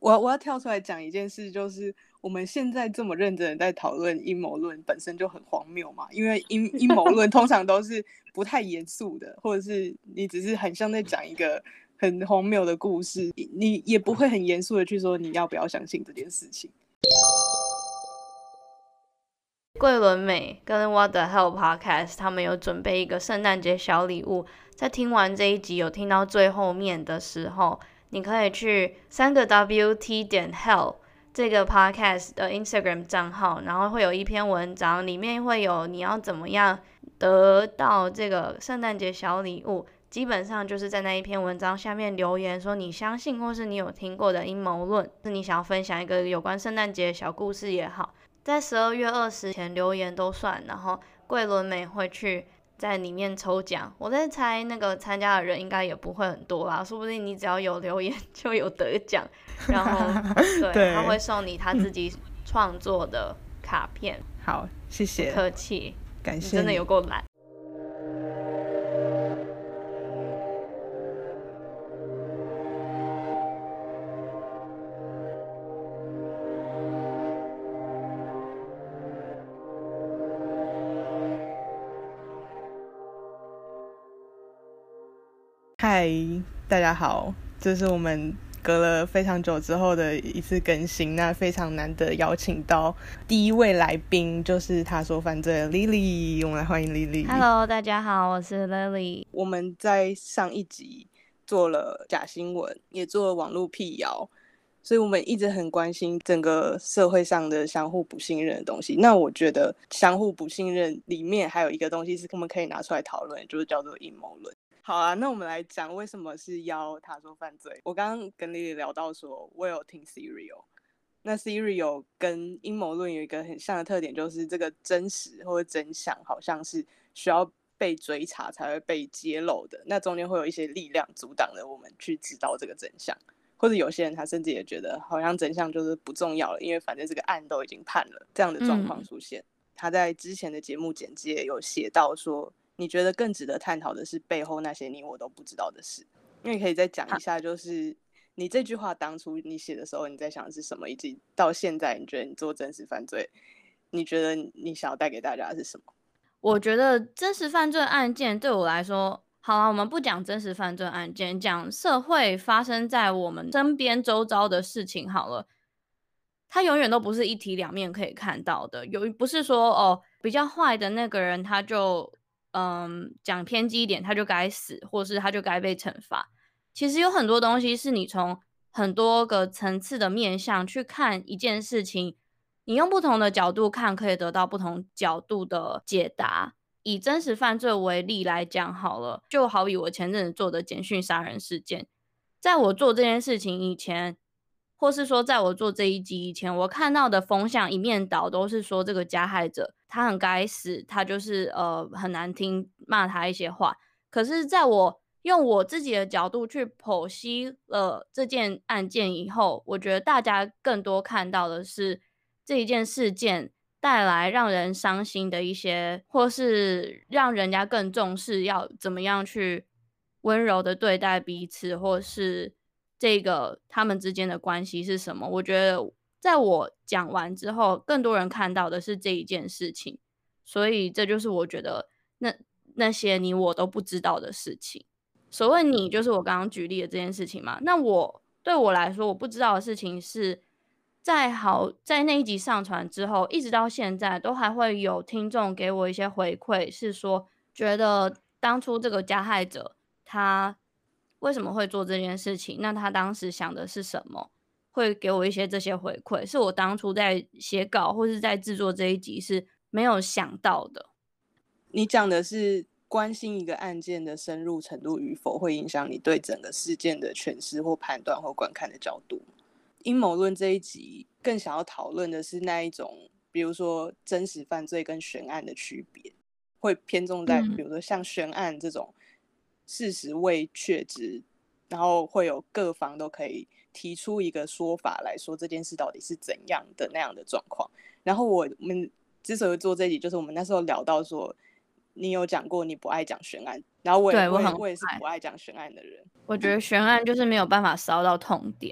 我要跳出来讲一件事，就是我们现在这么认真的在讨论阴谋论，本身就很荒谬嘛。因为阴谋论通常都是不太严肃的，或者是你只是很像在讲一个很荒谬的故事，你也不会很严肃的去说你要不要相信这件事情。 桂纶镁跟 What the Hell Podcast 他们有准备一个圣诞节小礼物，在听完这一集有听到最后面的时候，你可以去3wt.hell 这个 podcast 的 Instagram 账号，然后会有一篇文章，里面会有你要怎么样得到这个圣诞节小礼物，基本上就是在那一篇文章下面留言说你相信或是你有听过的阴谋论，是你想要分享一个有关圣诞节的小故事也好，在12月20前留言都算，然后桂纶镁会去在里面抽奖。我在猜那个参加的人应该也不会很多啦，说不定你只要有留言就有得奖，然后对他会送你他自己创作的卡片。 好，谢谢， 不客气， 感谢你， 你真的有够懒。 嗨，大家好，这是我们隔了非常久之后的一次更新，那非常难得邀请到第一位来宾，就是他说犯罪的 Lily， 我们来欢迎 Lily。 Hello， 大家好，我是 Lily。 我们在上一集做了假新闻，也做了网络辟谣，所以我们一直很关心整个社会上的相互不信任的东西。那我觉得相互不信任里面还有一个东西是我们可以拿出来讨论，就是叫做阴谋论。好啊，那我们来讲为什么是邀他说犯罪。我刚刚跟 Lily 聊到说我有听 Serial， 那 Serial 跟阴谋论有一个很像的特点，就是这个真实或者真相好像是需要被追查才会被揭露的，那中间会有一些力量阻挡着我们去知道这个真相，或者有些人他甚至也觉得好像真相就是不重要了，因为反正这个案都已经判了，这样的状况出现。他在之前的节目简介有写到说，你觉得更值得探讨的是背后那些你我都不知道的事。因为可以再讲一下，就是你这句话当初你写的时候你在想的是什么，以及到现在你觉得你做真实犯罪，你觉得你想要带给大家的是什么？ 我觉得真实犯罪案件对我来说，好啦，我们不讲真实犯罪案件，讲社会发生在我们身边周遭的事情好了，它永远都不是一体两面可以看到的。不是说比较坏的那个人他就讲偏激一点他就该死，或是他就该被惩罚。其实有很多东西是你从很多个层次的面向去看一件事情，你用不同的角度看可以得到不同角度的解答。以真实犯罪为例来讲好了，就好比我前阵子做的简讯杀人事件，在我做这件事情以前，或是说在我做这一集以前，我看到的风向一面倒都是说这个加害者他很该死，他就是很难听，骂他一些话。可是在我用我自己的角度去剖析了这件案件以后，我觉得大家更多看到的是这一件事件带来让人伤心的一些，或是让人家更重视要怎么样去温柔的对待彼此，或是这个他们之间的关系是什么。我觉得在我讲完之后，更多人看到的是这一件事情，所以这就是我觉得那些你我都不知道的事情。所谓你就是我刚刚举例的这件事情嘛，那对我来说我不知道的事情是在那一集上传之后一直到现在都还会有听众给我一些回馈，是说觉得当初这个加害者他为什么会做这件事情，那他当时想的是什么，会给我一些这些回馈，是我当初在写稿或是在制作这一集是没有想到的。 你讲的是关心一个案件的深入程度与否会影响你对整个事件的诠释或判断或观看的角度。阴谋论这一集更想要讨论的是那一种，比如说真实犯罪跟悬案的区别，会偏重在比如说像悬案这种事实未确知，然后会有各方都可以提出一个说法来说这件事到底是怎样的那样的状况。然后我们之所以做这一集，就是我们那时候聊到说你有讲过你不爱讲悬案，然后我也是不爱讲悬案的人。 我觉得悬案就是没有办法烧到痛点。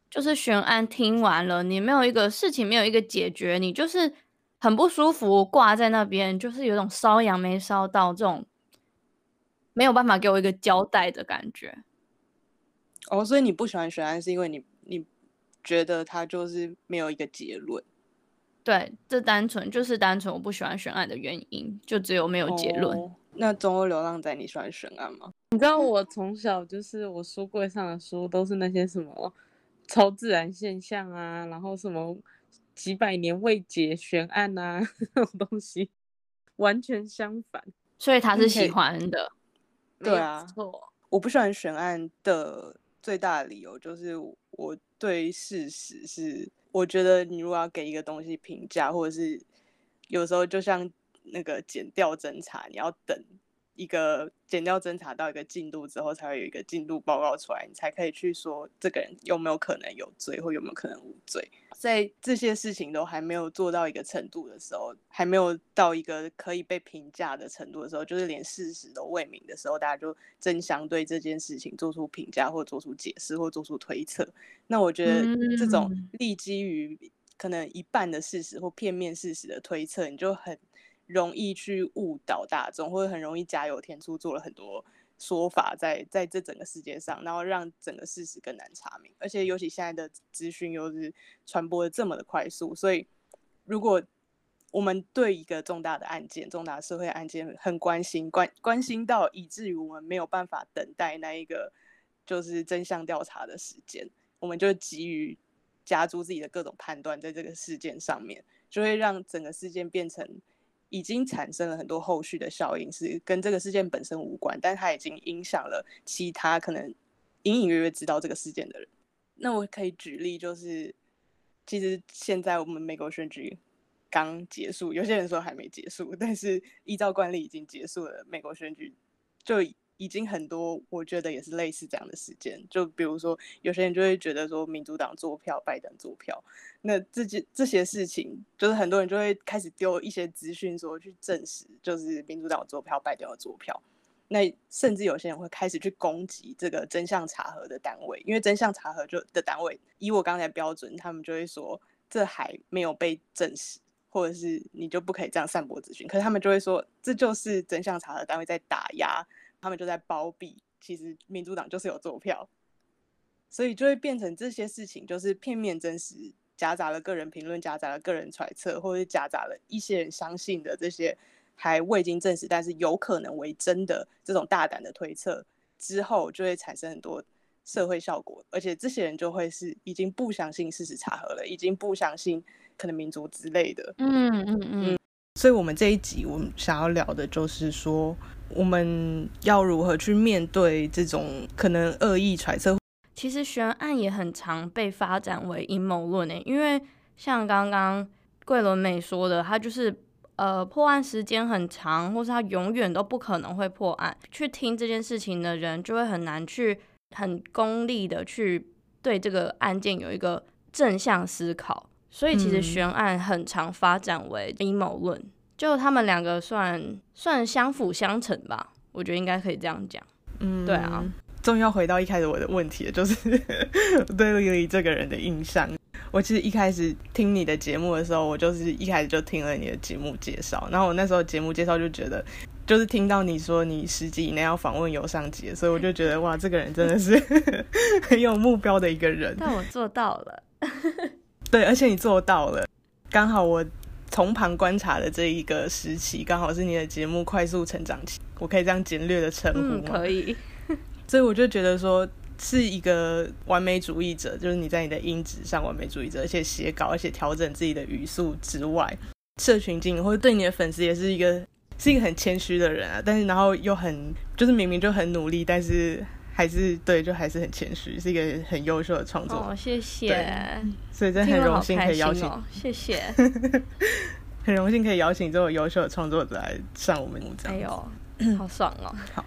就是悬案听完了，你没有一个事情没有一个解决，你就是很不舒服，挂在那边，就是有种烧羊没烧到这种，没有办法给我一个交代的感觉。 哦，所以你不喜欢悬案是因为你觉得它就是没有一个结论？ 对，这单纯我不喜欢悬案的原因，就只有没有结论。 哦，那中欧流浪仔你喜欢悬案吗？ 你知道我从小就是我书柜上的书都是那些什么超自然现象啊，然后什么几百年未解悬案啊那种东西，完全相反。 所以他是喜欢的。 对啊， 没错。 我不喜欢悬案的最大的理由就是我对事实是，我觉得你如果要给一个东西评价，或者是有时候就像那个检调侦查，你要等一个检调侦查到一个进度之后，才会有一个进度报告出来，你才可以去说这个人有没有可能有罪，或有没有可能无罪。在这些事情都还没有做到一个程度的时候，还没有到一个可以被评价的程度的时候，就是连事实都未明的时候，大家就争相对这件事情做出评价，或做出解释，或做出推测。那我觉得这种立基于可能一半的事实或片面事实的推测，你就很容易去误导大众，或者很容易加油添醋，做了很多说法在这整个世界上，然后让整个事实更难查明。而且尤其现在的资讯又是传播的这么的快速，所以如果我们对一个重大的案件、重大的社会案件很关心到以至于我们没有办法等待那一个就是真相调查的时间，我们就急于加诸自己的各种判断在这个事件上面，就会让整个事件变成已经产生了很多后续的效应，是跟这个事件本身无关，但它已经影响了其他可能隐隐约约知道这个事件的人。那我可以举例，就是其实现在我们美国选举刚结束，有些人说还没结束，但是依照惯例已经结束了。美国选举就已经很多，我觉得也是类似这样的事件。就比如说，有些人就会觉得说，民主党做票，拜登做票，那这些事情，就是很多人就会开始丢一些资讯，说去证实，就是民主党做票，拜登有做票。那甚至有些人会开始去攻击这个真相查核的单位，因为真相查核的单位，以我刚才的标准，他们就会说这还没有被证实，或者是你就不可以这样散播资讯。可是他们就会说，这就是真相查核单位在打压，他们就在包庇，其实民主党就是有做票，所以就会变成这些事情就是片面真实，夹杂了个人评论，夹杂了个人揣测，或者是夹杂了一些人相信的这些还未经证实但是有可能为真的这种大胆的推测之后，就会产生很多社会效果，而且这些人就会是已经不相信事实查核了，已经不相信可能民主之类的。所以我们这一集我们想要聊的就是说，我们要如何去面对这种可能恶意揣测。 其实悬案也很常被发展为阴谋论因为像刚刚桂纶镁说的，他就是破案时间很长，或是他永远都不可能会破案。去听这件事情的人就会很难去很功利的去对这个案件有一个正向思考，所以其实悬案很常发展为阴谋论，就他们两个算相辅相成吧，我觉得应该可以这样讲。对啊， 终于要回到一开始我的问题了，就是对Lily这个人的印象。我其实一开始听你的节目的时候，我就是一开始就听了你的节目介绍，然后我那时候节目介绍就觉得，就是听到你说你10集以内要访问尤尚杰，所以我就觉得哇，这个人真的是很有目标的一个人。 但我做到了。 对，而且你做到了。刚好我从旁观察的这一个时期，刚好是你的节目快速成长期，我可以这样简略的称呼吗？ 可以。 所以我就觉得说是一个完美主义者，就是你在你的音质上完美主义者，而且写稿，而且调整自己的语速之外，社群经营或者对你的粉丝也是一个很谦虚的人啊，但是然后又很就是明明就很努力，但是还是对，就还是很谦虚，是一个很优秀的创作者。 谢谢。 所以真的很荣幸可以邀请， 谢谢。 很荣幸可以邀请这么优秀的创作者来上我们节目。 哎呦，好爽哦！ 好。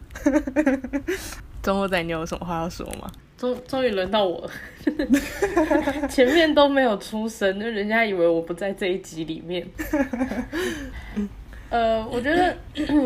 中国仔，你有什么话要说吗？ 终于轮到我了。前面都没有出声，就人家以为我不在这一集里面。我觉得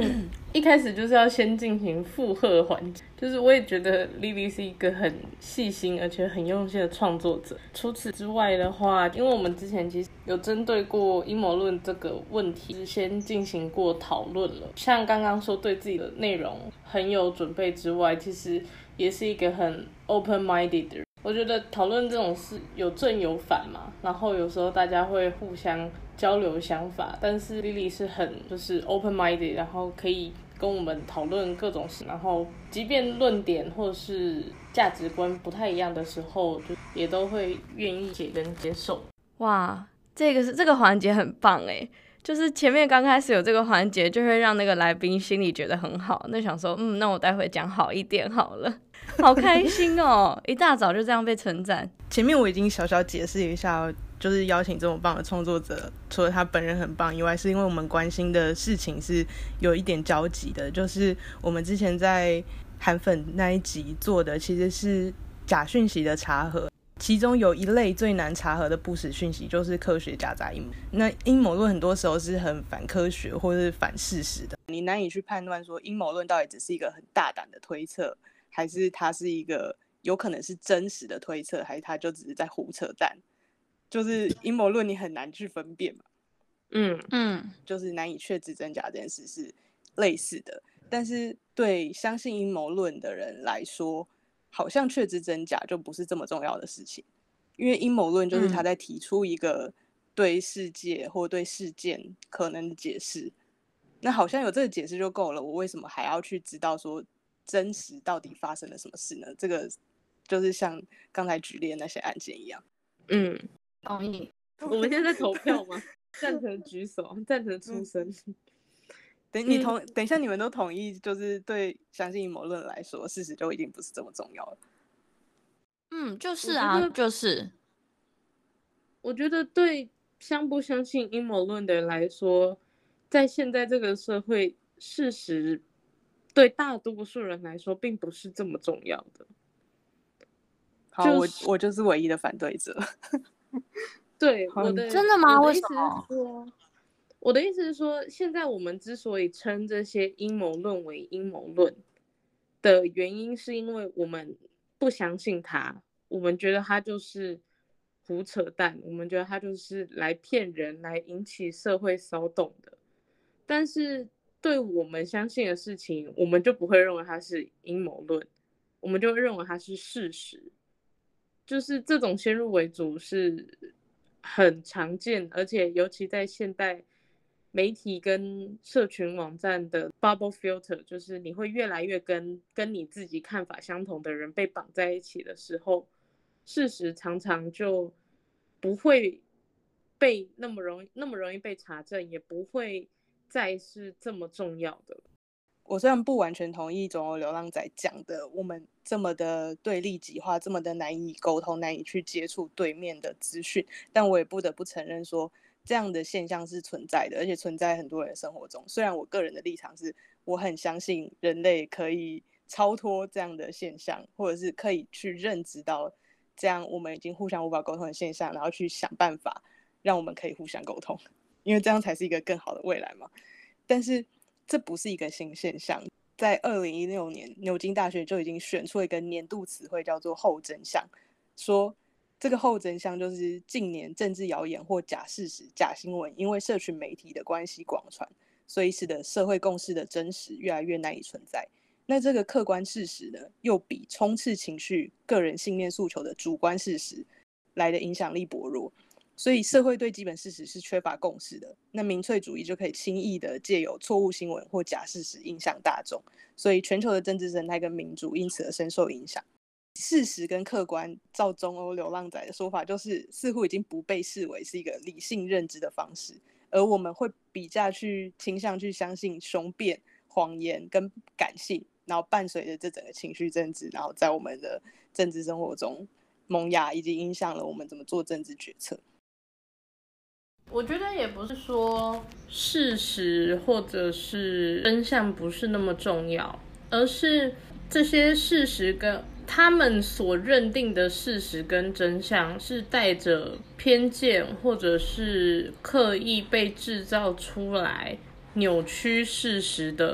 一开始就是要先进行附和环节，就是我也觉得 Lily 是一个很细心而且很用心的创作者。除此之外的话，因为我们之前其实有针对过阴谋论这个问题先进行过讨论了，像刚刚说对自己的内容很有准备之外，其实也是一个很 open-minded 的人。我觉得讨论这种事有正有反嘛，然后有时候大家会互相交流想法，但是 Lily 是很就是 open-minded， 然后可以跟我们讨论各种事，然后即便论点或是价值观不太一样的时候，就也都会愿意跟接受。 哇，这个环节很棒诶，就是前面刚开始有这个环节，就会让那个来宾心里觉得很好，那想说那我待会讲好一点好了。好开心哦！一大早就这样被称赞。 前面我已经小小解释一下，就是邀请这么棒的创作者，除了他本人很棒以外，是因为我们关心的事情是有一点交集的。就是我们之前在韩粉那一集做的其实是假讯息的查核，其中有一类最难查核的不实讯息就是科学夹杂阴谋。那阴谋论很多时候是很反科学或是反事实的，你难以去判断说阴谋论到底只是一个很大胆的推测，还是它是一个有可能是真实的推测，还是它就只是在胡扯淡。就是阴谋论你很难去分辨嘛，就是难以确知真假这件事是类似的。但是对相信阴谋论的人来说，好像确知真假就不是这么重要的事情，因为阴谋论就是他在提出一个对世界或对事件可能的解释，那好像有这个解释就够了，我为什么还要去知道说真实到底发生了什么事呢？这个就是像刚才举例的那些案件一样。 同意。 我们现在投票吗？赞成举手，赞成出声。 等一下，你们都同意，就是对相信阴谋论来说，事实就已经不是这么重要了。 就是啊，就是。 我觉得对相不相信阴谋论的人来说，在现在这个社会，事实对大多数人来说并不是这么重要的。 好，我就是唯一的反对者。 对， 真的吗？为什么？我的意思是说，现在我们之所以称这些阴谋论为阴谋论的原因，是因为我们不相信它，我们觉得它就是胡扯淡，我们觉得它就是来骗人、来引起社会骚动的。但是对我们相信的事情，我们就不会认为它是阴谋论，我们就会认为它是事实。就是这种先入为主是很常见，而且尤其在现代媒体跟社群网站的 bubble filter， 就是你会越来越跟你自己看法相同的人被绑在一起的时候，事实常常就不会被那么容易被查证，也不会再是这么重要的。 我虽然不完全同意总有流浪仔讲的我们这么的对立极化，这么的难以沟通，难以去接触对面的资讯，但我也不得不承认说这样的现象是存在的，而且存在很多人的生活中。虽然我个人的立场是我很相信人类可以超脱这样的现象，或者是可以去认知到这样我们已经互相无法沟通的现象，然后去想办法让我们可以互相沟通，因为这样才是一个更好的未来嘛。但是这不是一个新现象，在2016年牛津大学就已经选出一个年度词汇叫做后真相，说这个后真相就是近年政治谣言或假事实、假新闻因为社群媒体的关系广传，所以使得社会共识的真实越来越难以存在。那这个客观事实呢，又比充斥情绪、个人信念诉求的主观事实来的影响力薄弱，所以社会对基本事实是缺乏共识的，那民粹主义就可以轻易的借由错误新闻或假事实影响大众，所以全球的政治生态跟民主因此而深受影响。事实跟客观，照中欧流浪仔的说法，就是似乎已经不被视为是一个理性认知的方式，而我们会比较去倾向去相信雄辩、谎言跟感性，然后伴随着这整个情绪政治，然后在我们的政治生活中萌芽，以及影响了我们怎么做政治决策。 我觉得也不是说事实或者是真相不是那么重要，而是这些事实跟他们所认定的事实跟真相是带着偏见或者是刻意被制造出来扭曲事实的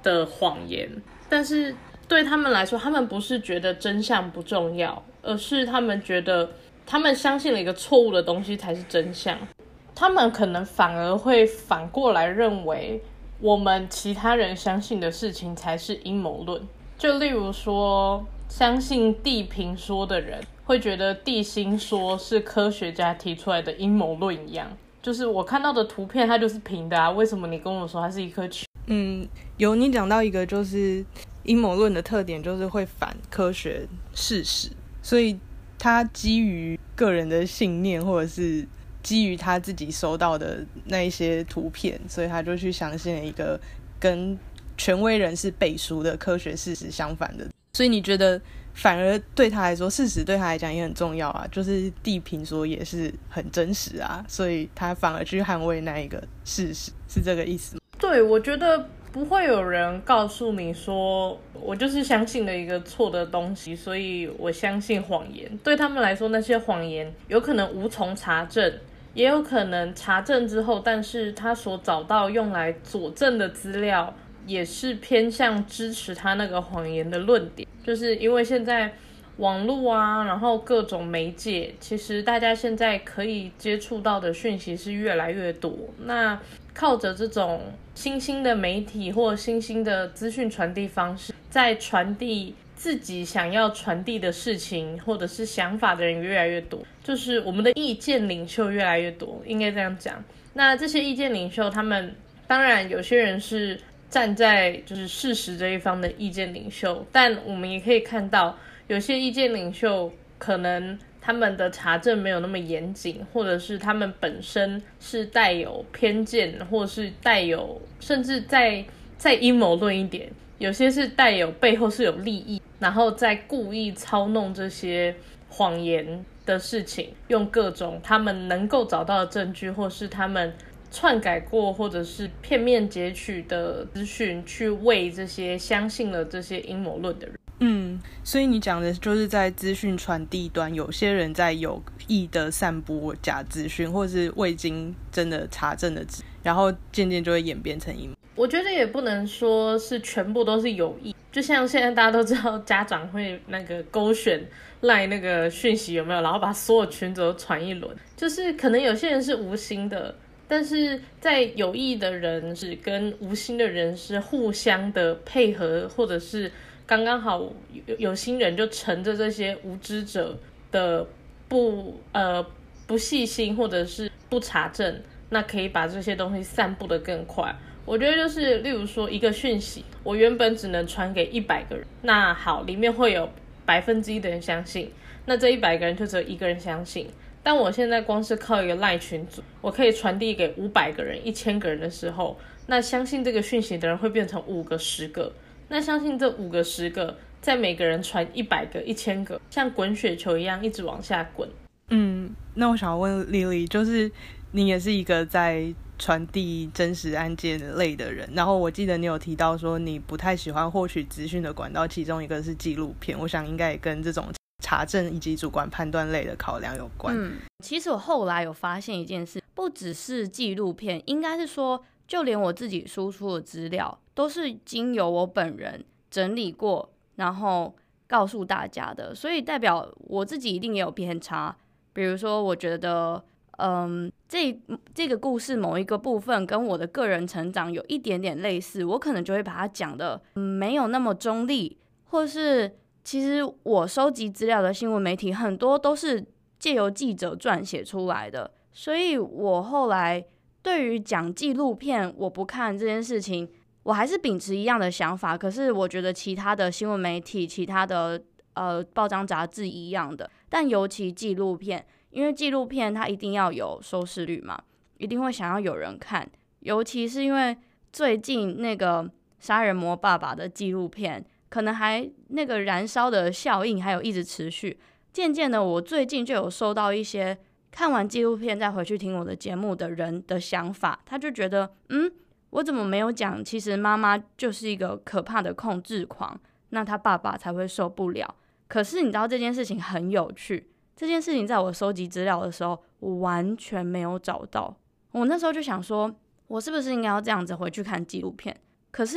的谎言，但是对他们来说，他们不是觉得真相不重要，而是他们觉得他们相信了一个错误的东西才是真相。他们可能反而会反过来认为我们其他人相信的事情才是阴谋论。就例如说，相信地平说的人会觉得地心说是科学家提出来的阴谋论一样，就是我看到的图片它就是平的啊，为什么你跟我说它是一颗球？ 有你讲到一个就是阴谋论的特点，就是会反科学事实，所以他基于个人的信念，或者是基于他自己收到的那一些图片，所以他就去相信了一个跟权威人士背书的科学事实相反的。所以你觉得反而对他来说，事实对他来讲也很重要啊，就是地平说也是很真实啊，所以他反而去捍卫那一个事实，是这个意思吗？ 对，我觉得不会有人告诉你说我就是相信了一个错的东西，所以我相信谎言。对他们来说，那些谎言有可能无从查证，也有可能查证之后，但是他所找到用来佐证的资料也是偏向支持他那个谎言的论点。就是因为现在网络啊，然后各种媒介，其实大家现在可以接触到的讯息是越来越多，那靠着这种新兴的媒体或新兴的资讯传递方式，在传递自己想要传递的事情或者是想法的人越来越多，就是我们的意见领袖越来越多，应该这样讲。那这些意见领袖，他们当然有些人是站在就是事实这一方的意见领袖，但我们也可以看到有些意见领袖可能他们的查证没有那么严谨，或者是他们本身是带有偏见，或者是带有甚至再阴谋论一点，有些是带有背后是有利益，然后再故意操弄这些谎言的事情，用各种他们能够找到的证据，或是他们篡改过或者是片面截取的资讯，去为这些相信了这些阴谋论的人。 所以你讲的就是在资讯传递端，有些人在有意的散播假资讯，或是未经真的查证的资讯，然后渐渐就会演变成阴谋。 我觉得也不能说是全部都是有意，就像现在大家都知道家长会那个勾选赖那个讯息有没有，然后把所有群组都传一轮，就是可能有些人是无心的，但是在有意的人是跟无心的人是互相的配合，或者是刚刚好有心人就乘着这些无知者的不细心或者是不查证，那可以把这些东西散布得更快。我觉得就是例如说一个讯息，我原本只能传给100个人，那好，里面会有1%的人相信，那这100个人就只有1个人相信，但我现在光是靠一个赖群组，我可以传递给500个人、1000个人的时候，那相信这个讯息的人会变成5个、10个，那相信这5个、10个，在每个人传100个、1000个，像滚雪球一样一直往下滚。 那我想问 Lily， 就是你也是一个在传递真实案件类的人，然后我记得你有提到说你不太喜欢获取资讯的管道，其中一个是纪录片，我想应该也跟这种查证以及主观判断类的考量有关。 其实我后来有发现一件事，不只是纪录片，应该是说就连我自己输出的资料都是经由我本人整理过然后告诉大家的，所以代表我自己一定也有偏差。比如说我觉得这个故事某一个部分跟我的个人成长有一点点类似，我可能就会把它讲的没有那么中立，或是其实我收集资料的新闻媒体很多都是借由记者撰写出来的，所以我后来对于讲纪录片我不看这件事情，我还是秉持一样的想法，可是我觉得其他的新闻媒体、其他的报章杂志一样的，但尤其纪录片，因为纪录片它一定要有收视率嘛，一定会想要有人看，尤其是因为最近那个杀人魔爸爸的纪录片，可能还那个燃烧的效应还有一直持续，渐渐的我最近就有收到一些看完纪录片再回去听我的节目的人的想法，他就觉得我怎么没有讲其实妈妈就是一个可怕的控制狂，那他爸爸才会受不了。可是你知道这件事情很有趣，这件事情在我收集资料的时候我完全没有找到，我那时候就想说我是不是应该要这样子回去看纪录片，可是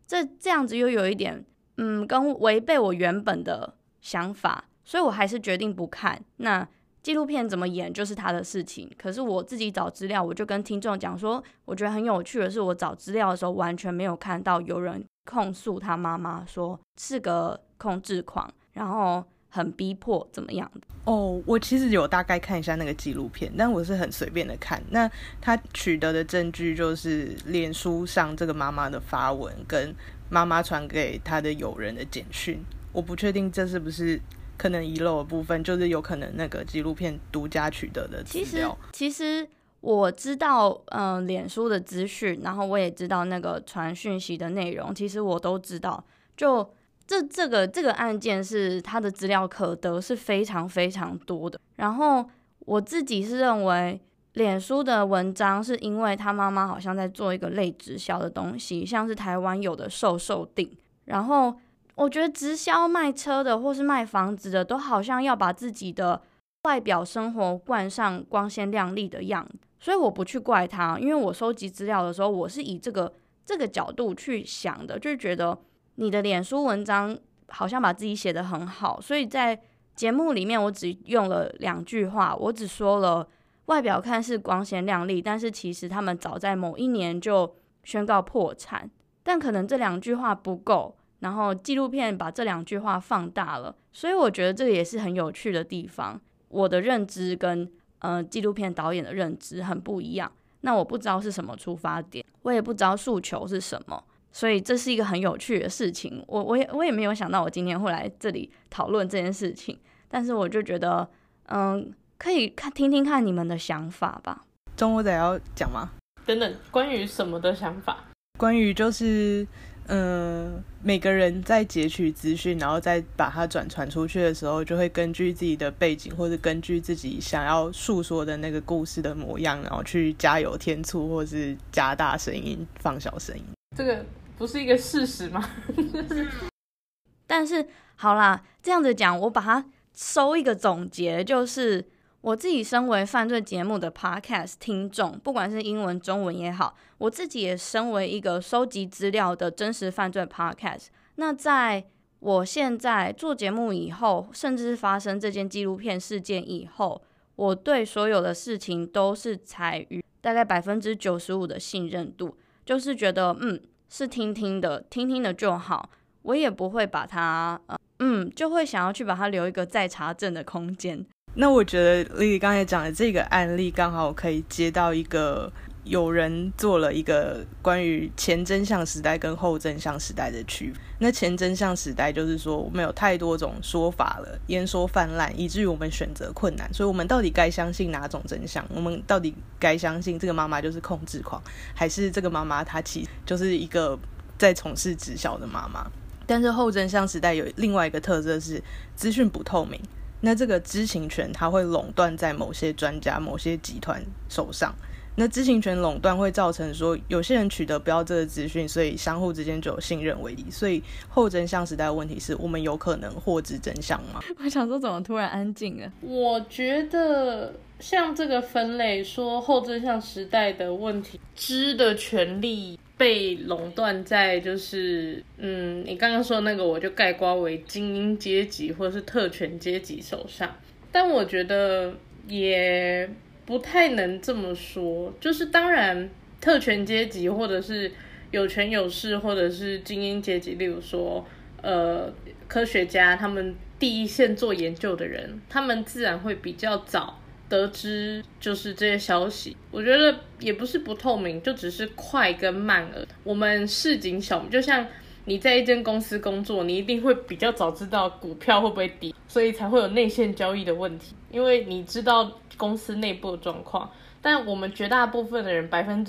这样子又有一点跟违背我原本的想法，所以我还是决定不看。那纪录片怎么演就是他的事情，可是我自己找资料，我就跟听众讲说，我觉得很有趣的是，我找资料的时候完全没有看到有人控诉他妈妈说是个控制狂，然后很逼迫怎么样的。 我其实有大概看一下那个纪录片，但我是很随便的看。那他取得的证据就是脸书上这个妈妈的发文跟妈妈传给他的友人的简讯，我不确定这是不是可能遗漏的部分，就是有可能那个纪录片独家取得的资料。 其实我知道脸书的资讯，然后我也知道那个传讯息的内容，其实我都知道。就这个案件是他的资料可得是非常非常多的，然后我自己是认为脸书的文章是因为他妈妈好像在做一个类直销的东西，像是台湾有的售定，然后我觉得直销卖车的或是卖房子的都好像要把自己的外表生活冠上光鲜亮丽的样子，所以我不去怪他，因为我收集资料的时候我是以这个角度去想的，就是觉得你的脸书文章好像把自己写得很好，所以在节目里面我只用了2句话，我只说了外表看似光鲜亮丽，但是其实他们早在某一年就宣告破产，但可能这2句话不够，然后纪录片把这2句话放大了，所以我觉得这个也是很有趣的地方。我的认知跟纪录片导演的认知很不一样，那我不知道是什么出发点，我也不知道诉求是什么，所以这是一个很有趣的事情。我也没有想到我今天会来这里讨论这件事情，但是我就觉得可以听听看你们的想法吧。 中国仔要讲吗？ 等等，关于什么的想法？ 关于就是每个人在截取资讯然后再把它传出去的时候，就会根据自己的背景或者根据自己想要诉说的那个故事的模样，然后去加油添醋或是加大声音放小声音。 这个不是一个事实吗？ 但是好啦，这样子讲我把它收一个总结，就是我自己身为犯罪节目的 podcast 听众，不管是英文中文也好，我自己也身为一个收集资料的真实犯罪 podcast。 那在我现在做节目以后，甚至是发生这件纪录片事件以后，我对所有的事情都是采于大概95%的信任度，就是觉得是听听的就好，我也不会把它就会想要去把它留一个再查证的空间。 那我觉得 Lily 刚才讲的这个案例刚好可以接到一个有人做了一个关于前真相时代跟后真相时代的区分。那前真相时代就是说我们有太多种说法了，言说泛滥，以至于我们选择困难，所以我们到底该相信哪种真相？我们到底该相信这个妈妈就是控制狂，还是这个妈妈她其实就是一个在从事直销的妈妈？但是后真相时代有另外一个特色是资讯不透明，那这个知情权它会垄断在某些专家某些集团手上，那知情权垄断会造成说有些人取得不要这个资讯，所以相互之间就有信任为敌。所以后真相时代的问题是我们有可能获知真相吗？ 我想说怎么突然安静了。 我觉得像这个分类说后真相时代的问题，知的权利被垄断在就是你刚刚说那个我就概括为精英阶级或者是特权阶级手上，但我觉得也不太能这么说。就是当然特权阶级或者是有权有势或者是精英阶级，例如说科学家，他们第一线做研究的人，他们自然会比较早得知就是这些消息。我觉得也不是不透明，就只是快跟慢而已。我们市井小民，就像你在一间公司工作，你一定会比较早知道股票会不会跌，所以才会有内线交易的问题，因为你知道公司内部的状况。但我们绝大部分的人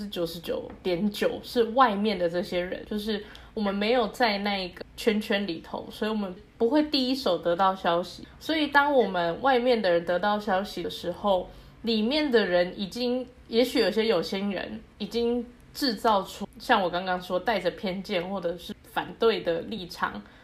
99.9%是外面的这些人，就是我们没有在那个圈里头，所以我们不会第一手得到消息。所以当我们外面的人得到消息的时候，里面的人已经，也许有些有心人已经制造出像我刚刚说带着偏见或者是反对的立场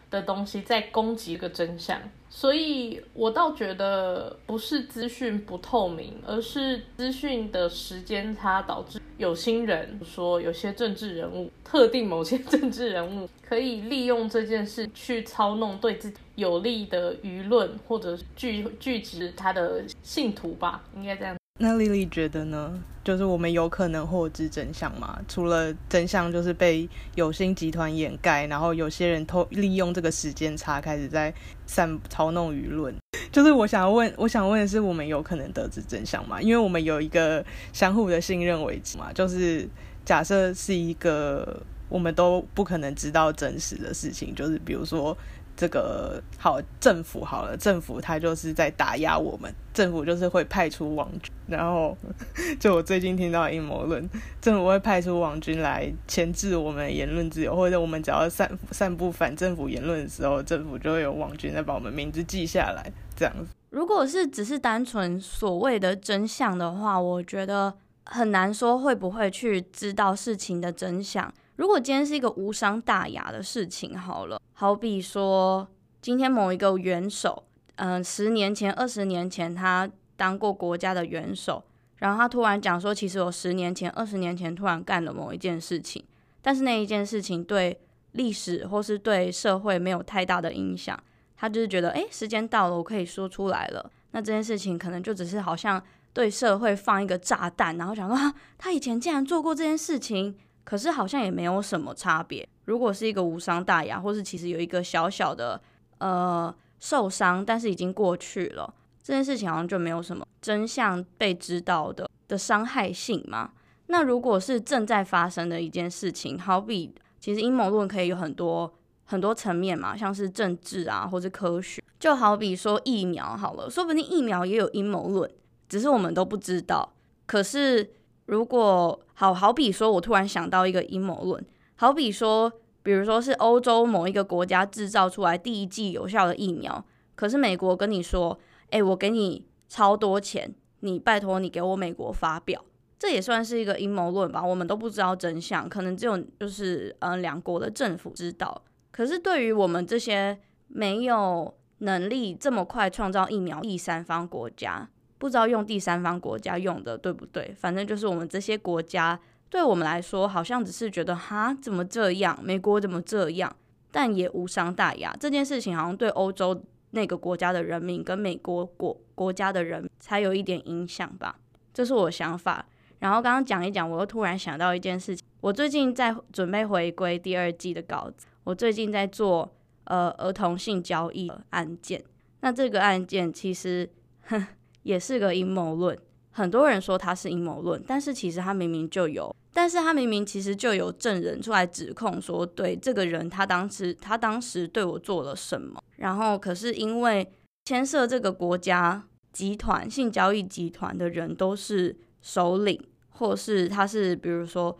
的东西在攻击这个真相。所以我倒觉得不是资讯不透明，而是资讯的时间差导致有心人，说有些政治人物，特定某些政治人物可以利用这件事去操弄对自己有利的舆论，或者聚集他的信徒吧，应该这样。 那莉莉觉得呢？就是我们有可能获知真相吗？除了真相就是被有心集团掩盖，然后有些人利用这个时间差开始在操弄舆论。就是我想问的是，我们有可能得知真相吗？因为我们有一个相互的信任危机嘛，就是假设是一个我们都不可能知道真实的事情，就是比如说这个政府他就是在打压我们，政府就是会派出网军，然后就我最近听到阴谋论，政府会派出网军来钳制我们的言论自由，或者我们只要散布反政府言论的时候，政府就会有网军在把我们名字记下来，这样子。 如果是只是单纯所谓的真相的话，我觉得很难说会不会去知道事情的真相。如果今天是一个无伤大雅的事情好了，好比说今天某一个元首10年前20年前他当过国家的元首，然后他突然讲说其实我10年前20年前突然干了某一件事情，但是那一件事情对历史或是对社会没有太大的影响，他就是觉得时间到了我可以说出来了，那这件事情可能就只是好像对社会放一个炸弹，然后讲说他以前竟然做过这件事情，可是好像也没有什么差别。如果是一个无伤大雅，或是其实有一个小小的受伤，但是已经过去了，这件事情好像就没有什么真相被知道的伤害性嘛。那如果是正在发生的一件事情，好比其实阴谋论可以有很多层面嘛，像是政治啊，或是科学。就好比说疫苗好了，说不定疫苗也有阴谋论，只是我们都不知道。可是如果好比说我突然想到一个阴谋论，好比说比如说是欧洲某一个国家制造出来第一剂有效的疫苗，可是美国跟你说我给你超多钱，你拜托你给我美国发表，这也算是一个阴谋论吧。我们都不知道真相，可能只有就是两国的政府知道。可是对于我们这些没有能力这么快创造疫苗第三方国家，不知道用第三方国家用的对不对，反正就是我们这些国家对我们来说好像只是觉得怎么这样，美国怎么这样，但也无伤大雅。这件事情好像对欧洲那个国家的人民跟美国国家的人才有一点影响吧，这是我的想法。然后刚刚讲一讲，我又突然想到一件事情，我最近在准备回归第2季的稿子，我最近在做儿童性交易案件。那这个案件其实也是个阴谋论，很多人说它是阴谋论，但是其实它明明其实就有证人出来指控说，对这个人他当时对我做了什么，然后可是因为牵涉这个国家集团性交易集团的人都是首领，或是他是比如说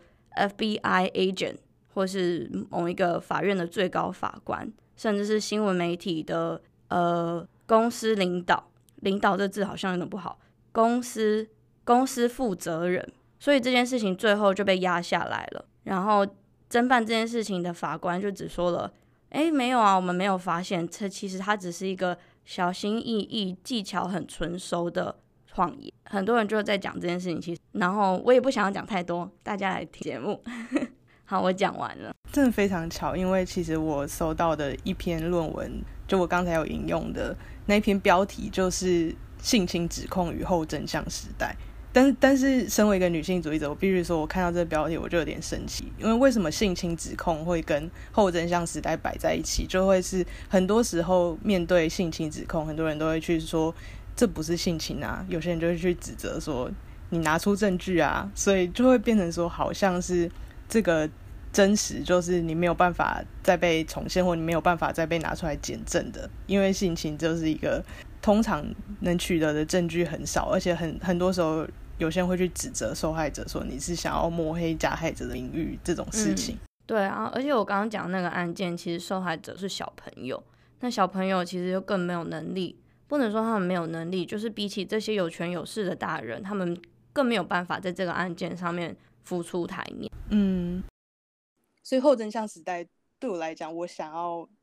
FBI agent， 或是某一个法院的最高法官，甚至是新闻媒体的公司领导这字好像有点不好，公司负责人，所以这件事情最后就被压下来了。然后侦办这件事情的法官就只说了没有啊，我们没有发现，其实它只是一个小心翼翼技巧很纯熟的谎言。很多人就在讲这件事情，其实然后我也不想要讲太多，大家来听节目好，我讲完了。 真的非常巧，因为其实我收到的一篇论文，就我刚才有引用的那篇标题就是性侵指控与后真相时代。但是身为一个女性主义者，我必须说我看到这个标题我就有点生气，因为为什么性侵指控会跟后真相时代摆在一起，就会是很多时候面对性侵指控，很多人都会去说这不是性侵啊，有些人就会去指责说你拿出证据啊，所以就会变成说好像是这个真实就是你没有办法再被重现，或你没有办法再被拿出来检证的，因为性侵就是一个通常能取得的证据很少，而且很多时候有些人会去指责受害者说你是想要抹黑加害者的名誉这种事情。 对啊，而且我刚刚讲那个案件其实受害者是小朋友，那小朋友其实就更没有能力，不能说他们没有能力，就是比起这些有权有势的大人，他们更没有办法在这个案件上面浮出台面。 所以后真相时代对我来讲，我想要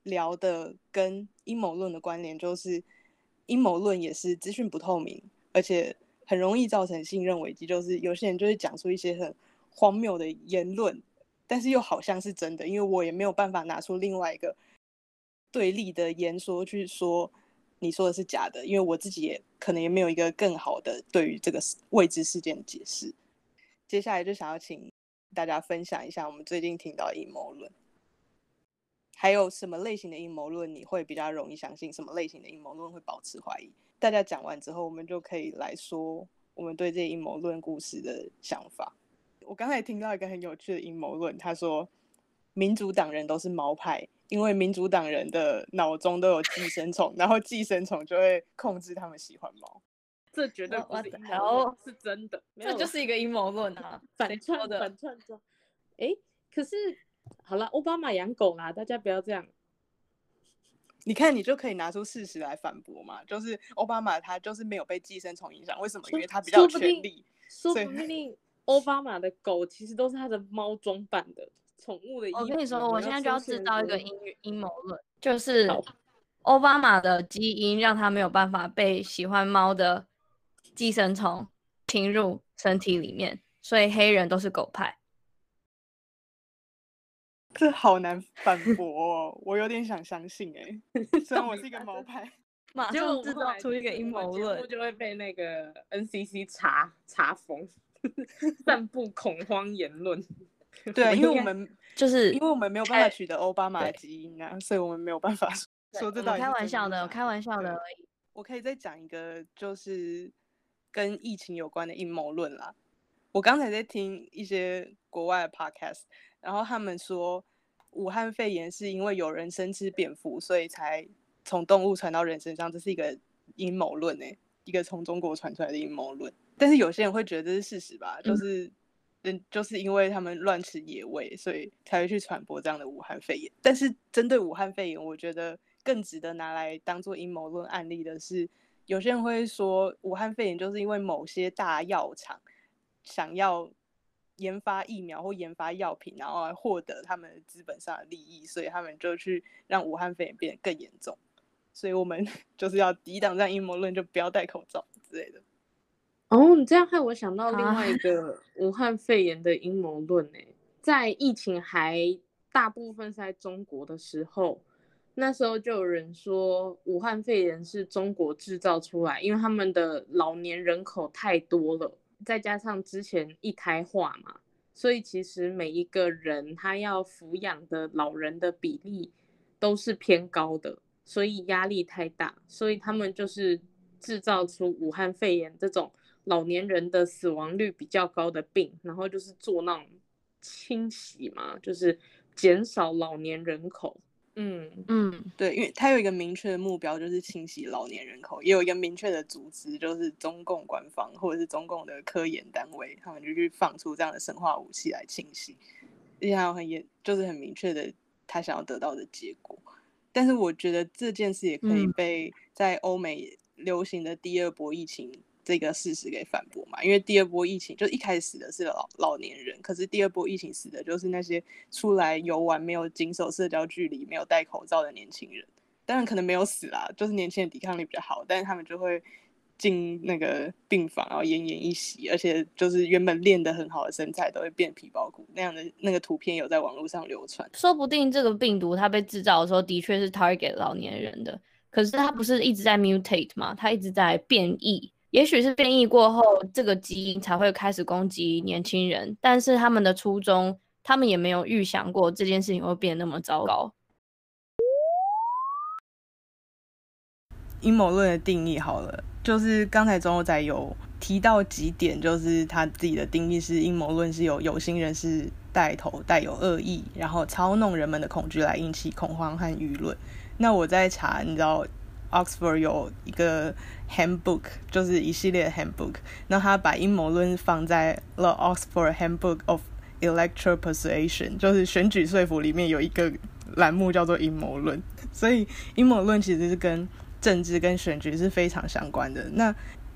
聊的跟阴谋论的关联，就是阴谋论也是资讯不透明，而且很容易造成信任危机，就是有些人就会讲出一些很荒谬的言论，但是又好像是真的，因为我也没有办法拿出另外一个对立的言说去说你说的是假的，因为我自己也可能也没有一个更好的对于这个未知事件的解释。接下来就想要请大家分享一下我们最近听到的阴谋论，还有什么类型的阴谋论你会比较容易相信，什么类型的阴谋论会保持怀疑。大家讲完之后，我们就可以来说我们对这些阴谋论故事的想法。我刚才听到一个很有趣的阴谋论，他说民主党人都是猫派，因为民主党人的脑中都有寄生虫，然后寄生虫就会控制他们喜欢猫。 这绝对不是阴谋论，是真的。 这就是一个阴谋论啊， 反串中。可是好了，奥巴马养狗啦，大家不要这样。 你看，你就可以拿出事实来反驳嘛，就是奥巴马他就是没有被寄生虫影响，为什么？因为他比较有权利。 说不定奥巴马的狗其实都是他的猫装扮的宠物的衣服。 我跟你说，我现在就要制造一个阴谋论，就是奥巴马的基因让他没有办法被喜欢猫的寄生虫侵入身体里面，所以黑人都是狗派。 这好难反驳哦，我有点想相信虽然我是一个猫派， 马上制造出一个阴谋论， 就会被那个 NCC 查封，散布恐慌言论。 对啊，因为我们就是因为我们没有办法取得奥巴马的基因啊，所以我们没有办法说这到底是开玩笑的，开玩笑的而已。 我可以再讲一个，就是跟疫情有关的阴谋论啦。我刚才在听一些国外的 podcast， 然后他们说武汉肺炎是因为有人生吃蝙蝠，所以才从动物传到人身上，这是一个阴谋论一个从中国传出来的阴谋论。但是有些人会觉得这是事实吧，就是因为他们乱吃野味，所以才会去传播这样的武汉肺炎。但是针对武汉肺炎，我觉得更值得拿来当做阴谋论案例的是，有些人会说武汉肺炎就是因为某些大药厂想要研发疫苗或研发药品，然后来获得他们资本上的利益，所以他们就去让武汉肺炎变得更严重。所以我们就是要抵挡这样阴谋论，就不要戴口罩之类的。 你这样害我想到另外一个武汉肺炎的阴谋论在疫情还大部分是在中国的时候，那时候就有人说武汉肺炎是中国制造出来，因为他们的老年人口太多了，再加上之前一胎化嘛，所以其实每一个人他要抚养的老人的比例都是偏高的，所以压力太大，所以他们就是制造出武汉肺炎这种老年人的死亡率比较高的病，然后就是做那种清洗嘛，就是减少老年人口。 对，因为它有一个明确的目标，就是清洗老年人口，也有一个明确的组织，就是中共官方或者是中共的科研单位，他们就去放出这样的生化武器来清洗，而且还有就是很明确的他想要得到的结果。但是我觉得这件事也可以被在欧美流行的第二波疫情这个事实给反驳嘛，因为第二波疫情就一开始死的是老年人，可是第二波疫情死的就是那些出来游玩没有谨守社交距离没有戴口罩的年轻人。当然可能没有死啦，就是年轻人抵抗力比较好，但是他们就会进那个病房然后奄奄一息，而且就是原本练得很好的身材都会变皮包骨那样的那个图片有在网络上流传。 说不定这个病毒它被制造的时候的确是 target 老年人的，可是它不是一直在 mutate 吗？它一直在变异，也许是变异过后这个基因才会开始攻击年轻人，但是他们的初衷他们也没有预想过这件事情会变得那么糟糕。 阴谋论的定义好了，就是刚才中欧仔有提到几点，就是他自己的定义是阴谋论是有心人士带头带有恶意，然后操弄人们的恐惧来引起恐慌和舆论。那我在查，你知道 Oxford 有一个 handbook， 就是一系列的 handbook， 那他把阴谋论放在 The Oxford Handbook of Electoral Persuasion， 就是选举说服里面有一个栏目叫做阴谋论。所以阴谋论其实是跟政治跟选举是非常相关的。那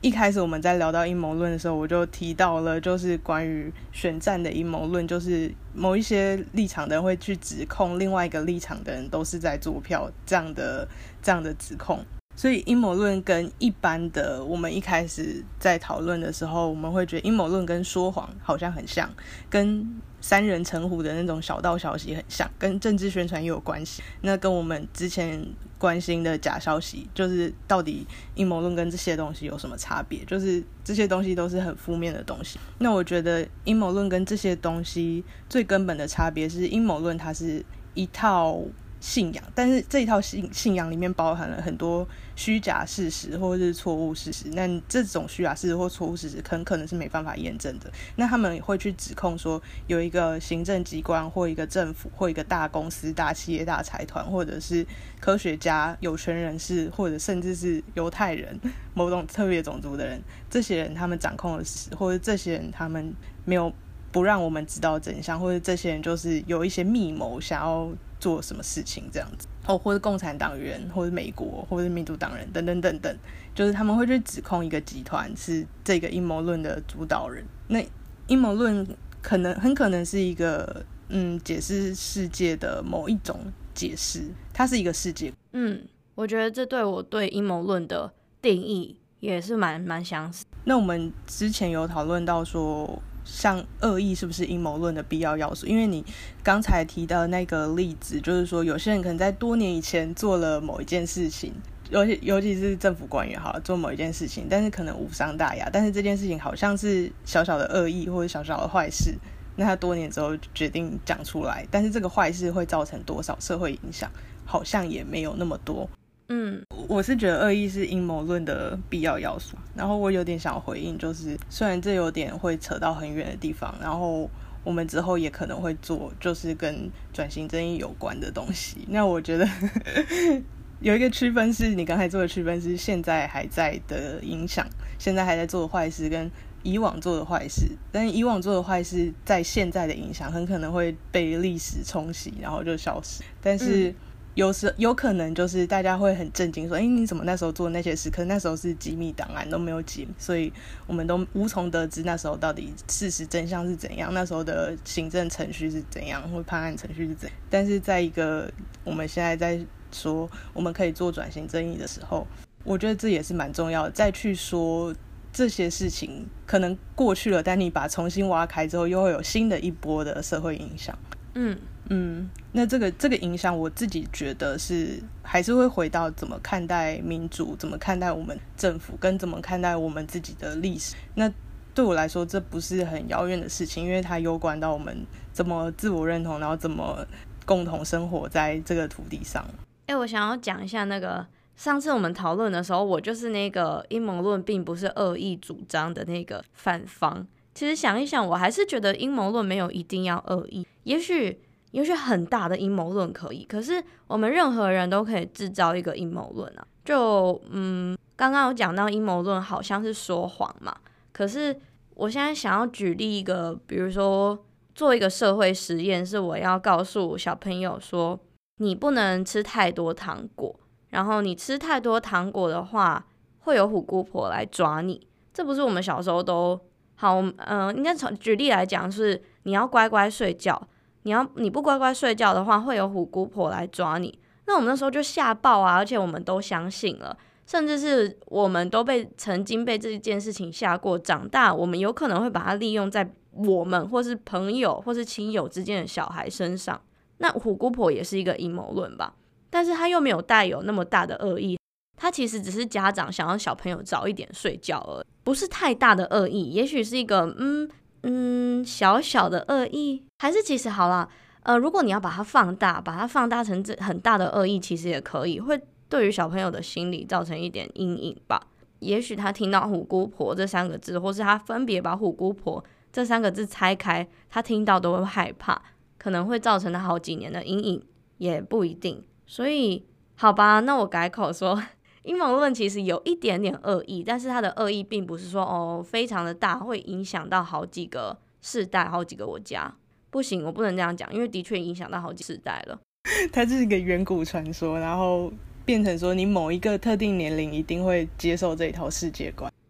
一开始我们在聊到阴谋论的时候，我就提到了就是关于选战的阴谋论，就是某一些立场的人会去指控另外一个立场的人都是在做票这样的指控。所以阴谋论跟一般的我们一开始在讨论的时候，我们会觉得阴谋论跟说谎好像很像，跟三人成虎的那种小道消息很像，跟政治宣传也有关系。那跟我们之前关心的假消息，就是到底阴谋论跟这些东西有什么差别，就是这些东西都是很负面的东西。那我觉得阴谋论跟这些东西最根本的差别是，阴谋论它是一套信仰，但是这一套信仰里面包含了很多虚假事实或者是错误事实，那这种虚假事实或错误事实很可能是没办法验证的。那他们会去指控说有一个行政机关或一个政府或一个大公司大企业大财团或者是科学家有权人士或者甚至是犹太人某种特别种族的人，这些人他们掌控了事实，或者这些人他们没有不让我们知道真相，或者这些人就是有一些密谋想要做什么事情这样子或者共产党员或者美国或者民主党人等等等等，就是他们会去指控一个集团是这个阴谋论的主导人。那阴谋论很可能是一个解释世界的某一种解释，它是一个世界。 我觉得这对我对阴谋论的定义也是蛮相似。 那我们之前有讨论到说像恶意是不是阴谋论的必要要素，因为你刚才提到那个例子，就是说有些人可能在多年以前做了某一件事情，尤其是政府官员好了，做某一件事情，但是可能无伤大雅，但是这件事情好像是小小的恶意或者小小的坏事，那他多年之后决定讲出来，但是这个坏事会造成多少社会影响好像也没有那么多。我是觉得恶意是阴谋论的必要要素，然后我有点想回应，就是虽然这有点会扯到很远的地方，然后我们之后也可能会做就是跟转型正义有关的东西，那我觉得有一个区分是你刚才做的区分是现在还在的影响，现在还在做的坏事跟以往做的坏事，但以往做的坏事在现在的影响很可能会被历史冲洗然后就消失，但是有可能就是大家会很震惊说你怎么那时候做那些事，可是那时候是机密档案都没有解，所以我们都无从得知那时候到底事实真相是怎样，那时候的行政程序是怎样或判案程序是怎样。但是在一个我们现在在说我们可以做转型正义的时候，我觉得这也是蛮重要的，再去说这些事情可能过去了，但你把重新挖开之后又会有新的一波的社会影响。那这个影响我自己觉得是还是会回到怎么看待民主，怎么看待我们政府，跟怎么看待我们自己的历史。那对我来说这不是很遥远的事情，因为它攸关到我们怎么自我认同，然后怎么共同生活在这个土地上。 我想要讲一下那个上次我们讨论的时候，我就是那个阴谋论并不是恶意主张的那个反方。其实想一想，我还是觉得阴谋论没有一定要恶意，也许很大的阴谋论可以，可是我们任何人都可以制造一个阴谋论啊。就刚刚有讲到阴谋论好像是说谎嘛，可是我现在想要举例一个，比如说做一个社会实验，是我要告诉小朋友说你不能吃太多糖果，然后你吃太多糖果的话会有虎姑婆来抓你。这不是我们小时候都好应该举例来讲是你要乖乖睡觉，你不乖乖睡觉的话会有虎姑婆来抓你。那我们那时候就吓爆啊，而且我们都相信了，甚至是我们都曾经被这件事情吓过，长大我们有可能会把它利用在我们或是朋友或是亲友之间的小孩身上。那虎姑婆也是一个阴谋论吧，但是它又没有带有那么大的恶意，它其实只是家长想要小朋友早一点睡觉而已，不是太大的恶意，也许是一个小小的恶意，还是其实好啦，如果你要把它放大成很大的恶意，其实也可以，会对于小朋友的心理造成一点阴影吧。也许他听到虎姑婆这三个字，或是他分别把虎姑婆这三个字拆开，他听到都会害怕，可能会造成他好几年的阴影，也不一定。所以好吧，那我改口说阴谋论其实有一点点恶意，但是它的恶意并不是说非常的大，会影响到好几个世代好几个国家。不行，我不能这样讲，因为的确影响到好几世代了。 它是一个远古传说，然后变成说你某一个特定年龄一定会接受这一套世界观。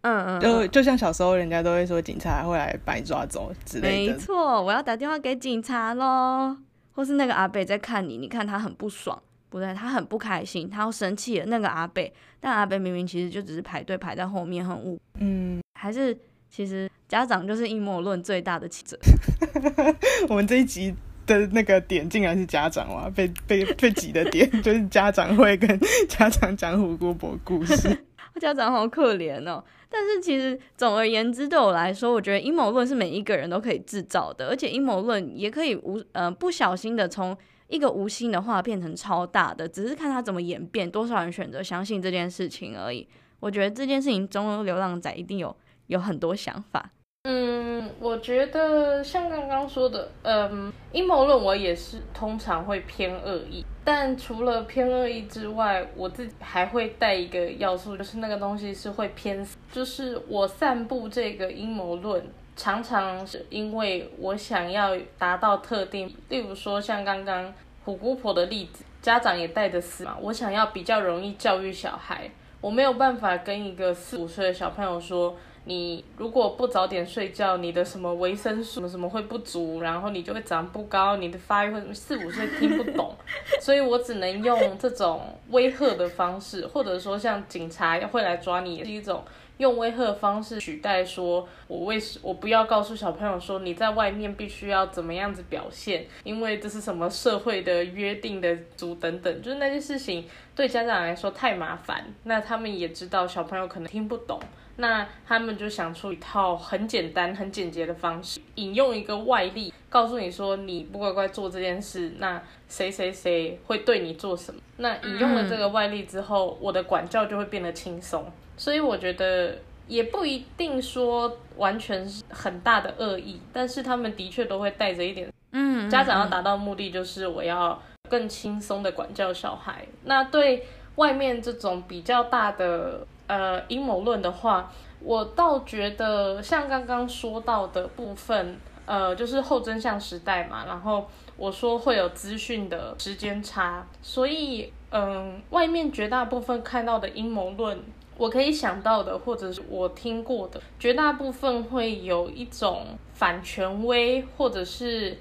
就像小时候人家都会说警察会来把你抓走之类的。 没错，我要打电话给警察咯。或是那个阿伯在看你，你看他很不爽，不对，他很不开心，他要生气了。那个阿伯，但阿伯明明其实就只是排队排在后面，很无。还是其实家长就是阴谋论最大的起者。 我们这一集的那个点竟然是家长嘛，被挤的点就是家长会跟家长讲虎姑婆故事。 家长好可怜哦。但是其实总而言之，对我来说，我觉得阴谋论是每一个人都可以制造的，而且阴谋论也可以不小心的从一个无心的话变成超大的，只是看他怎么演变，多少人选择相信这件事情而已。我觉得这件事情中流浪仔一定有很多想法。 我觉得像刚刚说的，阴谋论我也是通常会偏恶意，但除了偏恶意之外，我自己还会带一个要素，就是那个东西是会偏私，就是我散布这个阴谋论，常常是因为我想要达到特定，例如说像刚刚虎姑婆的例子，家长也带着私嘛，我想要比较容易教育小孩，我没有办法跟一个4、5岁的小朋友说，你如果不早点睡觉，你的什么维生素什么会不足，然后你就会长不高，你的发育会什么，4、5岁听不懂，所以我只能用这种威吓的方式，或者说像警察会来抓你，也是一种用威吓的方式取代说我不要告诉小朋友说你在外面必须要怎么样子表现，因为这是什么社会的约定的族等等，就是那些事情对家长来说太麻烦，那他们也知道小朋友可能听不懂，那他们就想出一套很简单很简洁的方式，引用一个外力告诉你说你不乖乖做这件事，那谁谁谁会对你做什么，那引用了这个外力之后，我的管教就会变得轻松。所以我觉得也不一定说完全是很大的恶意，但是他们的确都会带着一点家长要达到目的就是我要更轻松的管教小孩。那对外面这种比较大的阴谋论的话，我倒觉得像刚刚说到的部分，就是后真相时代嘛，然后我说会有资讯的时间差，所以外面绝大部分看到的阴谋论，我可以想到的或者是我听过的，绝大部分会有一种反权威，或者是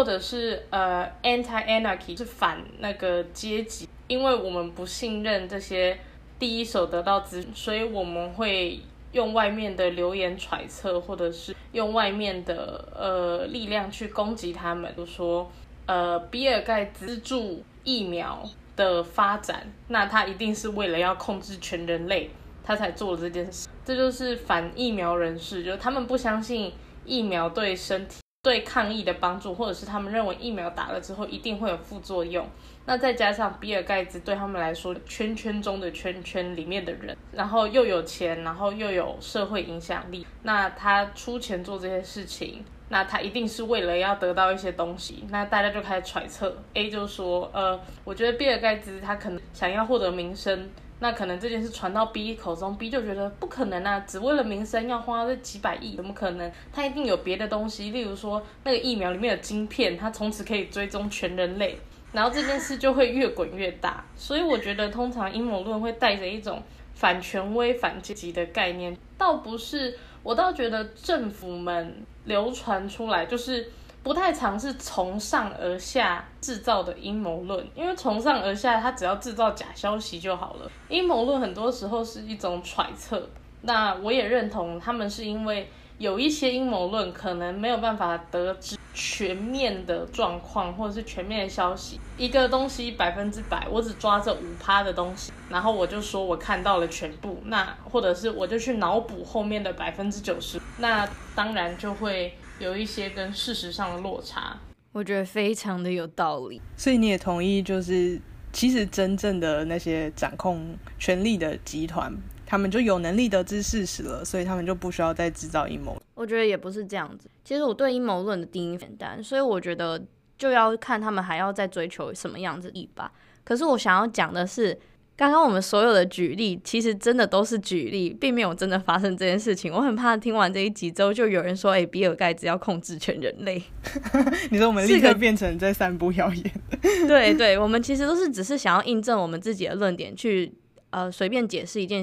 anti-anarchy， 是反那个阶级，因为我们不信任这些第一手得到资讯，所以我们会用外面的流言揣测，或者是用外面的力量去攻击他们，比如说比尔盖茨资助疫苗的发展，那他一定是为了要控制全人类他才做了这件事，这就是反疫苗人士，就是他们不相信疫苗对身体对抗疫的帮助，或者是他们认为疫苗打了之后一定会有副作用，那再加上比尔盖茨对他们来说圈圈中的圈圈里面的人，然后又有钱，然后又有社会影响力，那他出钱做这些事情，那他一定是为了要得到一些东西，那大家就开始揣测。 A 就说我觉得比尔盖茨他可能想要获得名声，那可能这件事传到 B 口中， B 就觉得不可能啊，只为了名声要花这几百亿，怎么可能，他一定有别的东西，例如说那个疫苗里面的晶片，他从此可以追踪全人类，然后这件事就会越滚越大。所以我觉得通常阴谋论会带着一种反权威反阶级的概念，倒不是，我倒觉得政府们流传出来就是不太常是从上而下制造的阴谋论，因为从上而下它只要制造假消息就好了，阴谋论很多时候是一种揣测。那我也认同他们是因为有一些阴谋论可能没有办法得知全面的状况或者是全面的消息，一个东西100%我只抓这5%的东西，然后我就说我看到了全部，那或者是我就去脑补后面的90%，那当然就会有一些跟事实上的落差。 我觉得非常的有道理。 所以你也同意，就是其实真正的那些掌控权力的集团，他们就有能力得知事实了，所以他们就不需要再制造阴谋。 我觉得也不是这样子，其实我对阴谋论的定义简单，所以我觉得就要看他们还要再追求什么样子的意吧。可是我想要讲的是，刚刚我们所有的举例其实真的都是举例，并没有真的发生这件事情。我很怕听完这一集之后就有人说比尔盖茨要控制全人类你说我们立刻变成在散布谣言对对，我们其实都是只是想要印证我们自己的论点，去随便解释一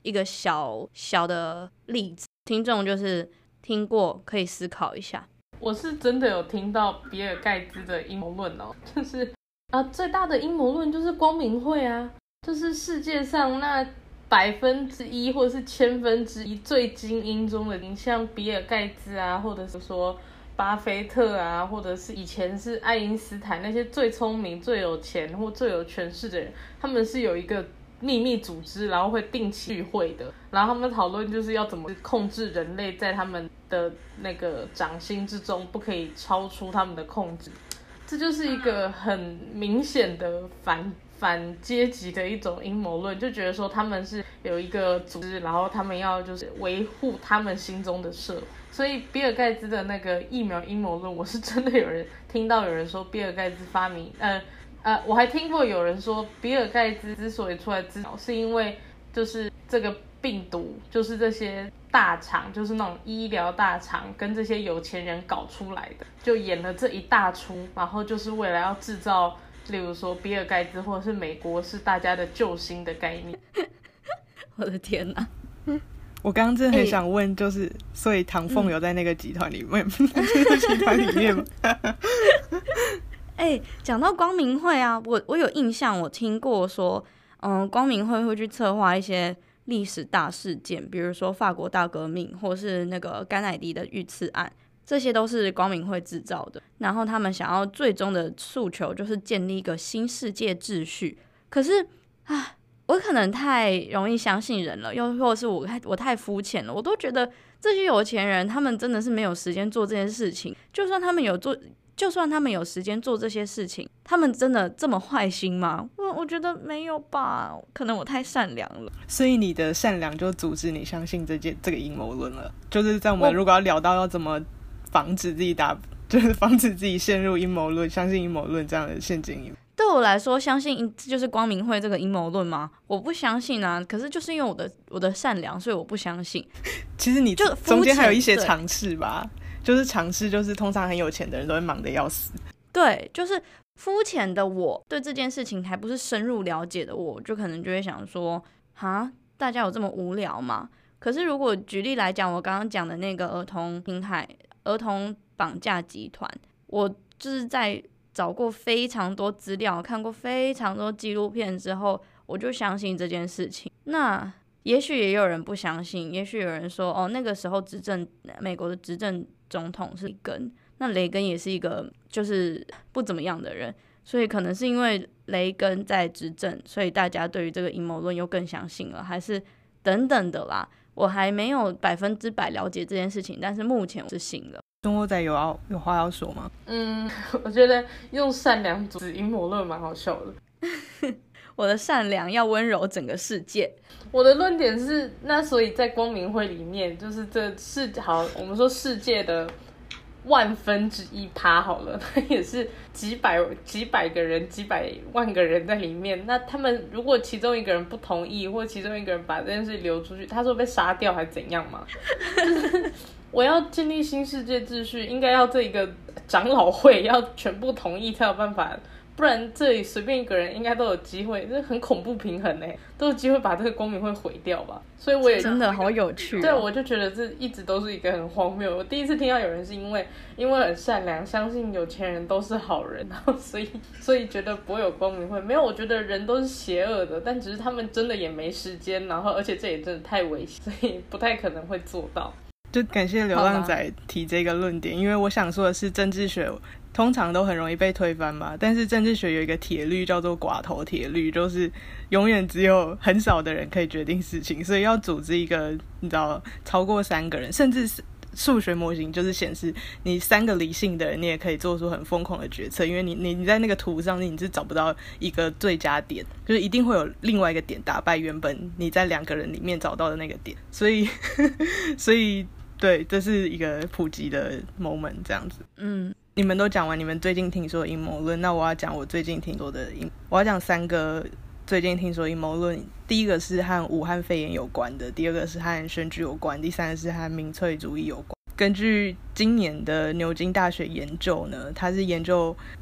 一个小小的例子，听众就是听过可以思考一下。 我是真的有听到比尔盖茨的阴谋论哦，就是最大的阴谋论就是光明会啊，就是世界上那1%或者是1/1000最精英中的，像比尔盖茨啊，或者是说巴菲特啊，或者是以前是爱因斯坦那些最聪明、最有钱或最有权势的人，他们是有一个秘密组织，然后会定期聚会的，然后他们讨论就是要怎么控制人类在他们的那个掌心之中，不可以超出他们的控制。这就是一个很明显的反阶级的一种阴谋论，就觉得说他们是有一个组织，然后他们要就是维护他们心中的社会。所以比尔盖茨的那个疫苗阴谋论，我是真的听到有人说比尔盖茨发明我还听过有人说比尔盖茨之所以出来治疗，是因为就是这个病毒就是这些大厂，就是那种医疗大厂跟这些有钱人搞出来的，就演了这一大出，然后就是为了要制造例如说比尔盖茨或者是美国是大家的救星的概念。 我的天哪！ 我刚刚真的很想问，就是所以唐凤有在那个集团里面，这个集团里面吗？ 讲到光明会啊，我有印象，我听过说，光明会会去策划一些历史大事件，比如说法国大革命，或是那个甘乃迪的遇刺案，这些都是光明会制造的。然后他们想要最终的诉求就是建立一个新世界秩序。可是我可能太容易相信人了，又或者是我太肤浅了，我都觉得这些有钱人他们真的是没有时间做这件事情，就算他们有时间做这些事情，他们真的这么坏心吗？我觉得没有吧，可能我太善良了。 所以你的善良就阻止你相信这个阴谋论了。就是在我们如果要聊到要怎么防止自己就是防止自己陷入阴谋论、相信阴谋论这样的陷阱里面。 对我来说，相信就是光明会这个阴谋论吗？我不相信啊。可是就是因为我的善良，所以我不相信。 其实你就中间还有一些尝试吧，就是尝试，就是通常很有钱的人都会忙得要死。 对，就是肤浅的我对这件事情还不是深入了解的我，就可能就会想说，大家有这么无聊吗？可是如果举例来讲，我刚刚讲的那个儿童绑架集团，我就是在找过非常多资料，看过非常多纪录片之后，我就相信这件事情。那也许也有人不相信，也许有人说那个时候美国的执政总统是雷根，那雷根也是一个就是不怎么样的人，所以可能是因为雷根在执政，所以大家对于这个阴谋论又更相信了，还是等等的啦。我还没有100%了解这件事情，但是目前我是信了。 中国仔有话要说吗？ 我觉得用善良阻止阴谋论蛮好笑的。 我的善良要温柔整个世界。 我的论点是，那所以在光明会里面，就是我们说世界的1/1000%好了，它也是几百个人、几百万个人在里面。那他们如果其中一个人不同意，或其中一个人把这件事流出去，他说被杀掉还是怎样嘛？就是我要建立新世界秩序，应该要这一个长老会要全部同意才有办法，不然这里随便一个人应该都有机会，这很恐怖平衡欸，都有机会把这个光明会毁掉吧。所以我也真的好有趣对，我就觉得这一直都是一个很荒谬。我第一次听到有人是因为很善良，相信有钱人都是好人，然后所以觉得不会有光明会。没有，我觉得人都是邪恶的，但只是他们真的也没时间，然后而且这也真的太危险，所以不太可能会做到。 就感谢流浪仔提这个论点，因为我想说的是政治学通常都很容易被推翻嘛，但是政治学有一个铁律叫做寡头铁律，就是永远只有很少的人可以决定事情，所以要组织一个你知道超过3个人，甚至数学模型就是显示你3个理性的人你也可以做出很疯狂的决策，因为你在那个图上你是找不到一个最佳点，就是一定会有另外一个点打败原本你在2个人里面找到的那个点，所以对，这是一个普及的 moment 这样子。你们都讲完你们最近听说的阴谋论，那我要讲我最近听说的我要讲3个最近听说阴谋论。第一个是和武汉肺炎有关的，第二个是和选举有关，第三个是和民粹主义有关。根据今年的牛津大学研究呢，它是研究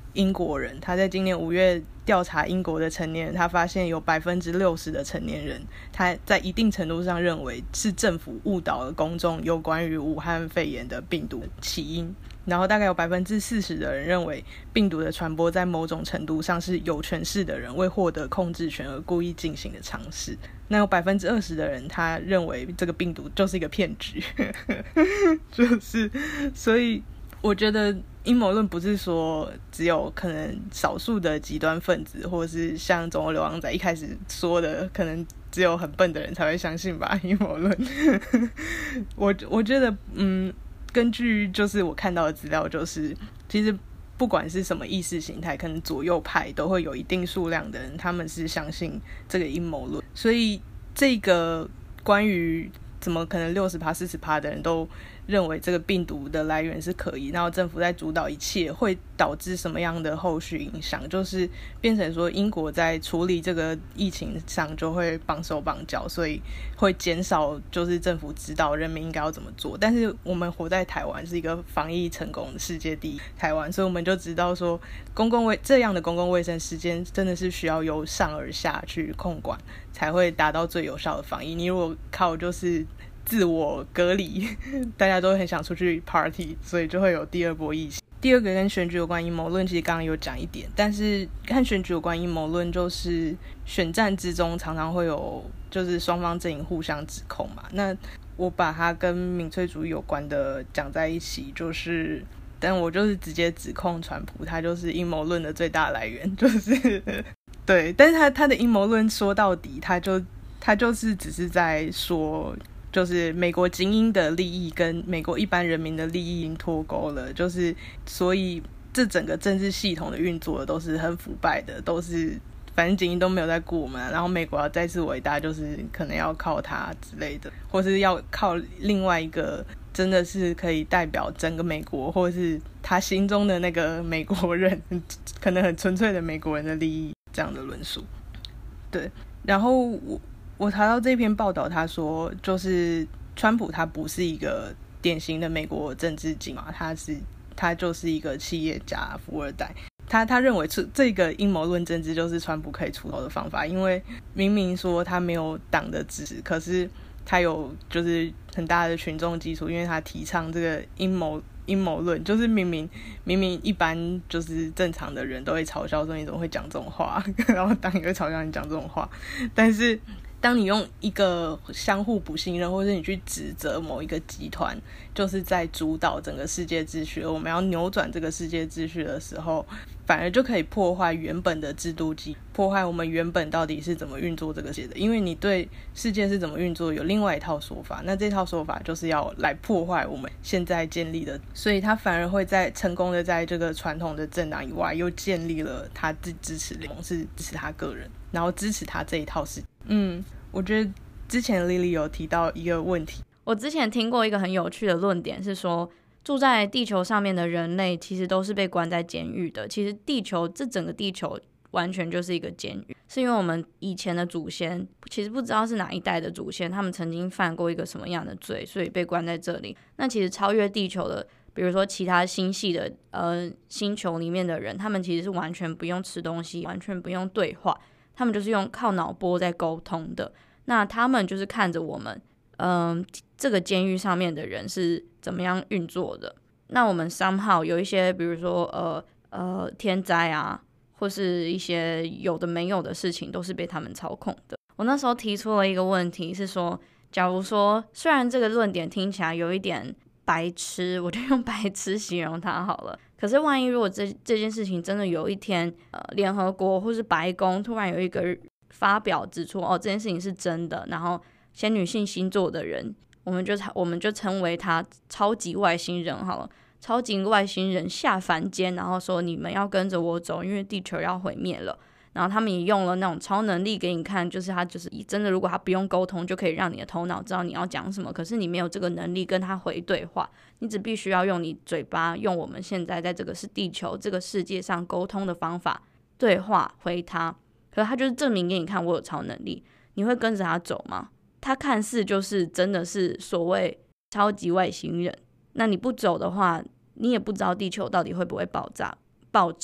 英国人，他在今年5月调查英国的成年人，他发现有60%的成年人，他在一定程度上认为是政府误导了公众有关于武汉肺炎的病毒起因，然后大概有40%的人认为病毒的传播在某种程度上是有权势的人为获得控制权而故意进行的尝试。那有20%的人他认为这个病毒就是一个骗局就是所以我觉得阴谋论不是说只有可能少数的极端分子，或者是像中国流亡仔一开始说的可能只有很笨的人才会相信吧阴谋论我觉得根据就是我看到的资料，就是其实不管是什么意识形态，可能左右派都会有一定数量的人他们是相信这个阴谋论，所以这个关于怎么可能60%、40%的人都认为这个病毒的来源是可疑，然后政府在主导一切，会导致什么样的后续影响，就是变成说英国在处理这个疫情上就会绑手绑脚，所以会减少就是政府指导人民应该要怎么做。但是我们活在台湾，是一个防疫成功的世界第一台湾，所以我们就知道说这样的公共卫生时间真的是需要由上而下去控管，才会达到最有效的防疫。你如果靠就是自我隔离，大家都很想出去 party， 所以就会有第二波疫情。第二个跟选举有关阴谋论，其实刚刚有讲一点，但是跟选举有关阴谋论就是选战之中常常会有就是双方阵营互相指控嘛。那我把它跟民粹主义有关的讲在一起，但我就是直接指控川普，他就是阴谋论的最大来源，就是对，但是他的阴谋论说到底，他就是只是在说。就是美国精英的利益跟美国一般人民的利益已经脱钩了，就是所以这整个政治系统的运作都是很腐败的，都是反正精英都没有在顾我们，然后美国要再次伟大就是可能要靠他之类的，或是要靠另外一个真的是可以代表整个美国或是他心中的那个美国人，可能很纯粹的美国人的利益，这样的论述。对，然后我查到这篇报道，他说就是川普他不是一个典型的美国政治家嘛，他就是一个企业家富二代。他认为这个阴谋论政治就是川普可以出头的方法，因为明明说他没有党的支持，可是他有就是很大的群众基础，因为他提倡这个阴谋论，就是明明一般就是正常的人都会嘲笑说你怎么会讲这种话，然后党也会嘲笑你讲这种话，但是当你用一个相互不信任，或是你去指责某一个集团就是在主导整个世界秩序，我们要扭转这个世界秩序的时候，反而就可以破坏原本的制度机，破坏我们原本到底是怎么运作这个世界的。因为你对世界是怎么运作有另外一套说法，那这套说法就是要来破坏我们现在建立的，所以他反而会成功的在这个传统的政党以外又建立了他支持联盟，是支持他个人，然后支持他这一套事。我觉得之前 Lily 有提到一个问题， 我之前听过一个很有趣的论点，是说住在地球上面的人类其实都是被关在监狱的。其实整个地球完全就是一个监狱，是因为我们以前的祖先其实不知道是哪一代的祖先，他们曾经犯过一个什么样的罪，所以被关在这里。那其实超越地球的，比如说其他星系的星球里面的人，他们其实是完全不用吃东西，完全不用对话，他们就是靠脑波在沟通的。那他们就是看着我们这个监狱上面的人是怎么样运作的。那我们 somehow 有一些比如说天灾啊，或是一些有的没有的事情都是被他们操控的。我那时候提出了一个问题是说，假如说虽然这个论点听起来有一点白痴，我就用白痴形容它好了，可是万一如果这件事情真的有一天联合国或是白宫突然有一个发表指出这件事情是真的，然后仙女性星座的人我们就称为他超级外星人好了，超级外星人下凡间，然后说你们要跟着我走，因为地球要毁灭了。然后他们也用了那种超能力给你看，就是他就是真的，如果他不用沟通就可以让你的头脑知道你要讲什么，可是你没有这个能力跟他回对话，你只必须要用你嘴巴，用我们现在在这个是地球这个世界上沟通的方法对话回他。可是他就是证明给你看我有超能力，你会跟着他走吗？他看似就是真的是所谓超级外星人，那你不走的话，你也不知道地球到底会不会爆炸，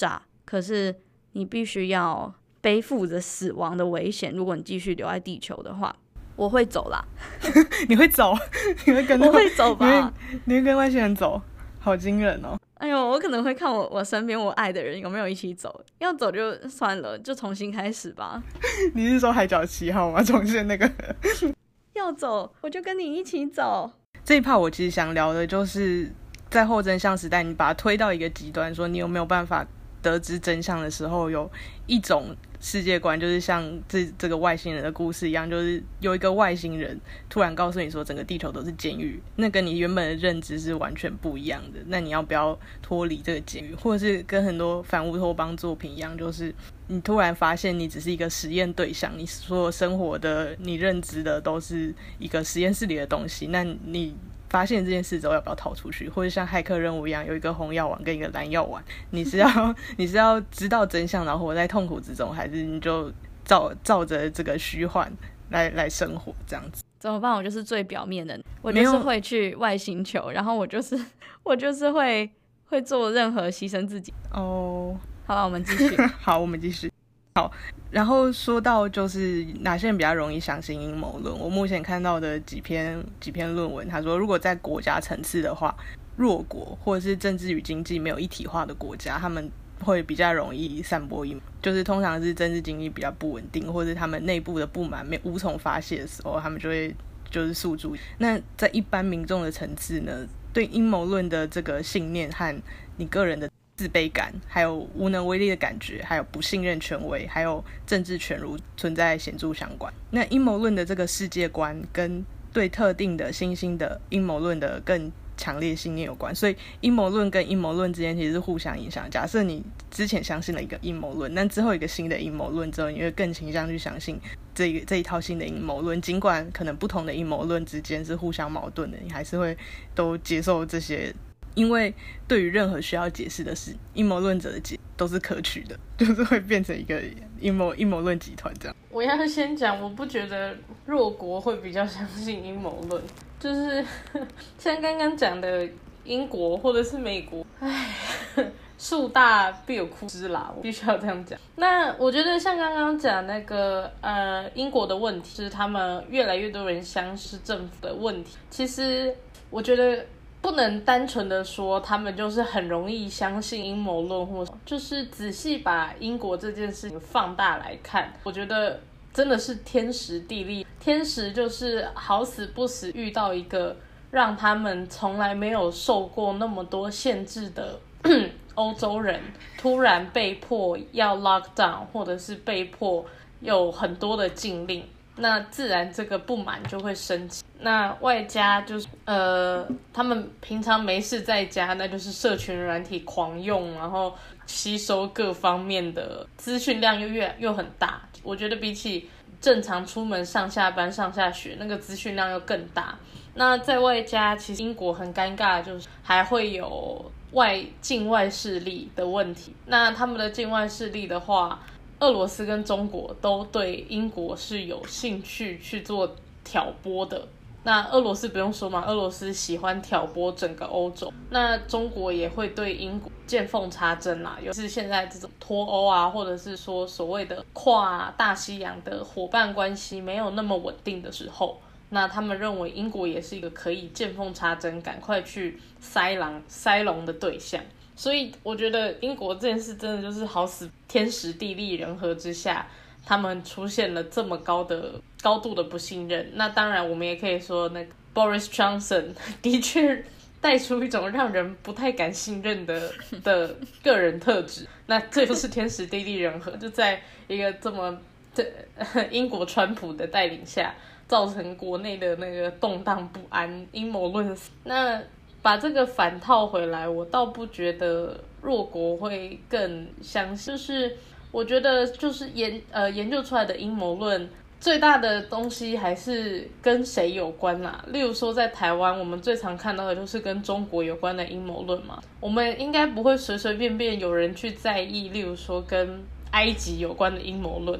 可是你必须要背负着死亡的危险，如果你继续留在地球的话。我会走啦。 你会走？你会跟？ 我会走吧。 你会跟外星人走？好惊人哦！ 哎呦，我可能会看我身边我爱的人有没有一起走，要走就算了，就重新开始吧。 你是说海角7号吗？重现那个？ 要走我就跟你一起走。 这一趴我其实想聊的就是在后真相时代，你把它推到一个极端，说你有没有办法得知真相的时候，有一种世界观，就是像这个外星人的故事一样，就是有一个外星人突然告诉你说整个地球都是监狱，那跟你原本的认知是完全不一样的。那你要不要脱离这个监狱？或者是跟很多反乌托邦作品一样，就是你突然发现你只是一个实验对象，你所有生活的你认知的都是一个实验室里的东西，那你发现这件事之后要不要逃出去？或者像骇客任务一样，有一个红药丸跟一个蓝药丸，你是要知道真相然后活在痛苦之中，还是你就照着这个虚幻来生活这样子？ 怎么办？我就是最表面的，我就是会去外星球，然后我就是会做任何牺牲自己。哦，好吧，我们继续。 好，我们继续。好，然后说到就是哪些人比较容易相信阴谋论，我目前看到的几篇论文，他说如果在国家层次的话，弱国或者是政治与经济没有一体化的国家，他们会比较容易散播阴谋，就是通常是政治经济比较不稳定，或者他们内部的不满无从发泄的时候，他们就会就是诉诸。那在一般民众的层次呢，对阴谋论的这个信念和你个人的自卑感，还有无能为力的感觉，还有不信任权威，还有政治权儒存在显著相关。那阴谋论的这个世界观跟对特定的新兴的阴谋论的更强烈信念有关，所以阴谋论跟阴谋论之间其实是互相影响。假设你之前相信了一个阴谋论，但之后一个新的阴谋论之后，你会更倾向去相信这一套新的阴谋论，尽管可能不同的阴谋论之间是互相矛盾的，你还是会都接受这些。因为对于任何需要解释的事，阴谋论者的解都是可取的，就是会变成一个阴谋论集团这样。 我要先讲，我不觉得弱国会比较相信阴谋论，就是像刚刚讲的英国或者是美国，树大必有枯枝啦，我必须要这样讲。那我觉得像刚刚讲那个英国的问题，就是他们越来越多人相信政府的问题。其实我觉得不能单纯的说他们就是很容易相信阴谋论，或就是仔细把英国这件事情放大来看，我觉得真的是天时地利。天时就是好死不死遇到一个让他们从来没有受过那么多限制的欧洲人突然被迫要 lock down， 或者是被迫有很多的禁令，那自然这个不满就会升级。那外加就是他们平常没事在家，那就是社群软体狂用，然后吸收各方面的资讯量又很大。我觉得比起正常出门上下班上下学，那个资讯量又更大。那在外加其实英国很尴尬的就是还会有境外势力的问题。那他们的境外势力的话，俄罗斯跟中国都对英国是有兴趣去做挑拨的。那俄罗斯不用说嘛，俄罗斯喜欢挑拨整个欧洲。那中国也会对英国见缝插针啦，尤其是现在这种脱欧啊，或者是说所谓的跨大西洋的伙伴关系没有那么稳定的时候，那他们认为英国也是一个可以见缝插针赶快去塞龙的对象。所以我觉得英国这件事真的就是好死天时地利人和之下，他们出现了这么高度的不信任。那当然我们也可以说那个 Boris Johnson 的确带出一种让人不太敢信任的个人特质。那这就是天时地利人和，就在一个这么英国川普的带领下，造成国内的那个动荡不安，阴谋论。那把这个反套回来，我倒不觉得弱国会更相信，就是我觉得就是研究出来的阴谋论最大的东西还是跟谁有关啦。例如说在台湾，我们最常看到的就是跟中国有关的阴谋论嘛，我们应该不会随随便便有人去在意例如说跟埃及有关的阴谋论，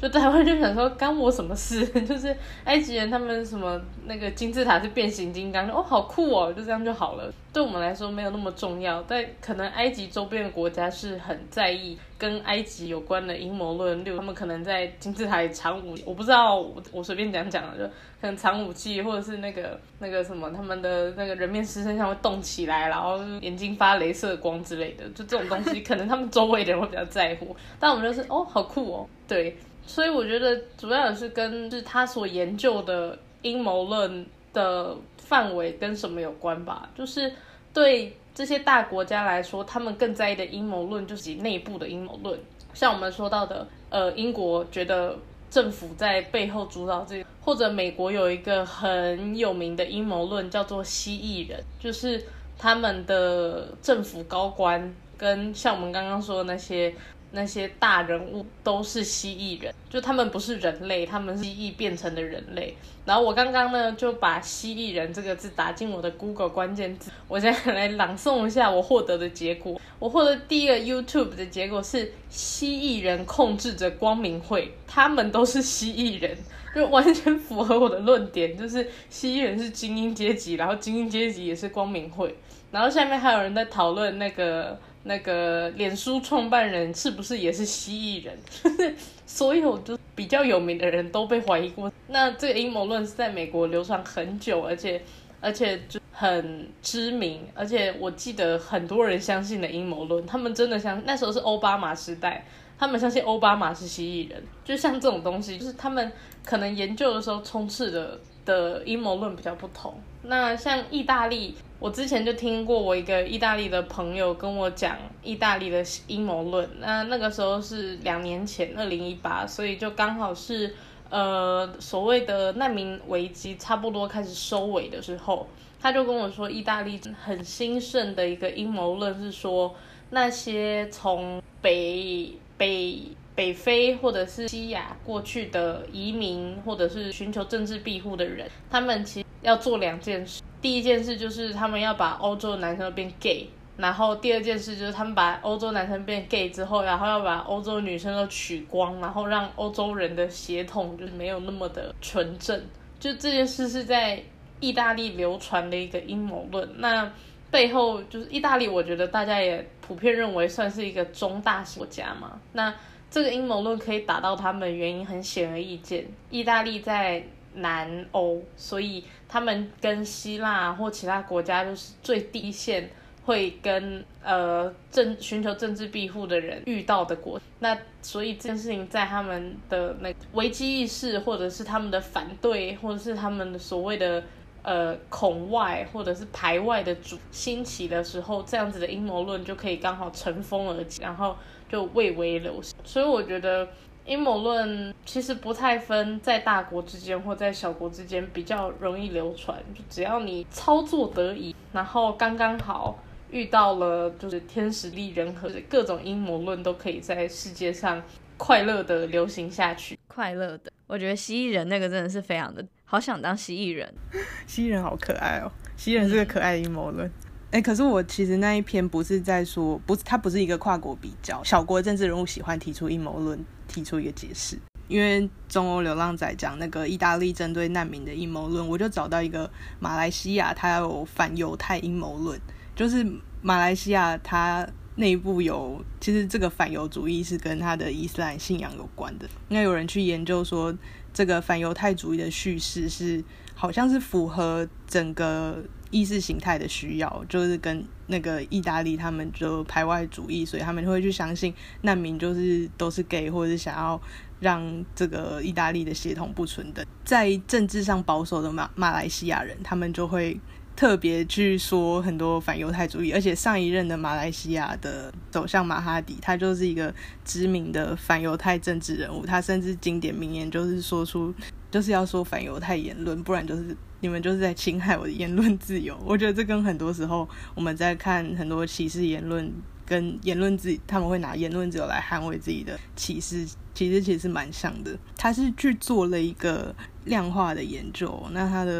就台湾就想说干我什么事？就是埃及人他们什么那个金字塔是变形金刚，好酷哦，就这样就好了。对我们来说没有那么重要，但可能埃及周边的国家是很在意跟埃及有关的阴谋论，例如他们可能在金字塔里藏武，我不知道，我随便讲讲了，就可能藏武器，或者是那个什么他们的那个人面狮身像会动起来，然后眼睛发雷射光之类的，就这种东西可能他们周围的人会比较在乎，但我们就是好酷哦，对。所以我觉得主要也是跟就是他所研究的阴谋论的范围跟什么有关吧，就是对这些大国家来说，他们更在意的阴谋论就是自己内部的阴谋论，像我们说到的英国觉得政府在背后主导这个，或者美国有一个很有名的阴谋论叫做蜥蜴人，就是他们的政府高官跟像我们刚刚说的那些大人物都是蜥蜴人，就他们不是人类，他们是蜥蜴变成的人类。然后我刚刚呢就把蜥蜴人这个字打进我的 Google 关键字，我现在来朗诵一下我获得的结果。我获得第一个 YouTube 的结果是蜥蜴人控制着光明会，他们都是蜥蜴人，就完全符合我的论点，就是蜥蜴人是精英阶级，然后精英阶级也是光明会。然后下面还有人在讨论那个脸书创办人是不是也是蜥蜴人，就是所有就比较有名的人都被怀疑过。那这个阴谋论是在美国流传很久，而且就很知名，而且我记得很多人相信的阴谋论，他们真的相信，那时候是奥巴马时代，他们相信奥巴马是蜥蜴人。就像这种东西，就是他们可能研究的时候充斥的阴谋论比较不同。那像意大利，我之前就听过我一个意大利的朋友跟我讲意大利的阴谋论，那个时候是2年前2018，所以就刚好是所谓的难民危机差不多开始收尾的时候，他就跟我说意大利很兴盛的一个阴谋论是说，那些从北非或者是西亚过去的移民或者是寻求政治庇护的人，他们其实要做2件事。第一件事就是他们要把欧洲男生变 gay， 然后第二件事就是他们把欧洲男生变 gay 之后，然后要把欧洲女生都取光，然后让欧洲人的血统就是没有那么的纯正。就这件事是在意大利流传的一个阴谋论，那背后就是意大利，我觉得大家也普遍认为算是一个中大型国家嘛，那这个阴谋论可以打到他们原因很显而易见，意大利在南欧，所以他们跟希腊或其他国家就是最低线会跟寻求政治庇护的人遇到的国，那所以这件事情在他们的那危机意识，或者是他们的反对，或者是他们的所谓的恐外或者是排外的兴起的时候，这样子的阴谋论就可以刚好乘风而起，然后就蔚为流行。所以我觉得阴谋论其实不太分在大国之间或在小国之间比较容易流传，就只要你操作得宜，然后刚刚好遇到了就是天时地人和，各种阴谋论都可以在世界上快乐的流行下去。 快乐的，我觉得蜥蜴人那个真的是非常的好想当蜥蜴人。 蜥蜴人好可爱哦，蜥蜴人是个可爱的阴谋论。可是我其实那一篇不是在说，它不是一个跨国比较，小国政治人物喜欢提出阴谋论，提出一个解释。因为中欧流浪仔讲那个意大利针对难民的阴谋论，我就找到一个马来西亚，它有反犹太阴谋论，就是马来西亚它内部有，其实这个反犹主义是跟它的伊斯兰信仰有关的。那有人去研究说，这个反犹太主义的叙事是好像是符合整个意识形态的需要，就是跟那个意大利他们就排外主义，所以他们会去相信难民就是都是 gay， 或者是想要让这个意大利的血统不纯等。在政治上保守的马来西亚人，他们就会特别去说很多反犹太主义，而且上一任的马来西亚的首相马哈迪，他就是一个知名的反犹太政治人物，他甚至经典名言就是说出就是要说反犹太言论，不然就是你们就是在侵害我的言论自由。我觉得这跟很多时候我们在看很多歧视言论跟言论自己，他们会拿言论自由来捍卫自己的歧视，其实蛮像的。他是去做了一个量化的研究，那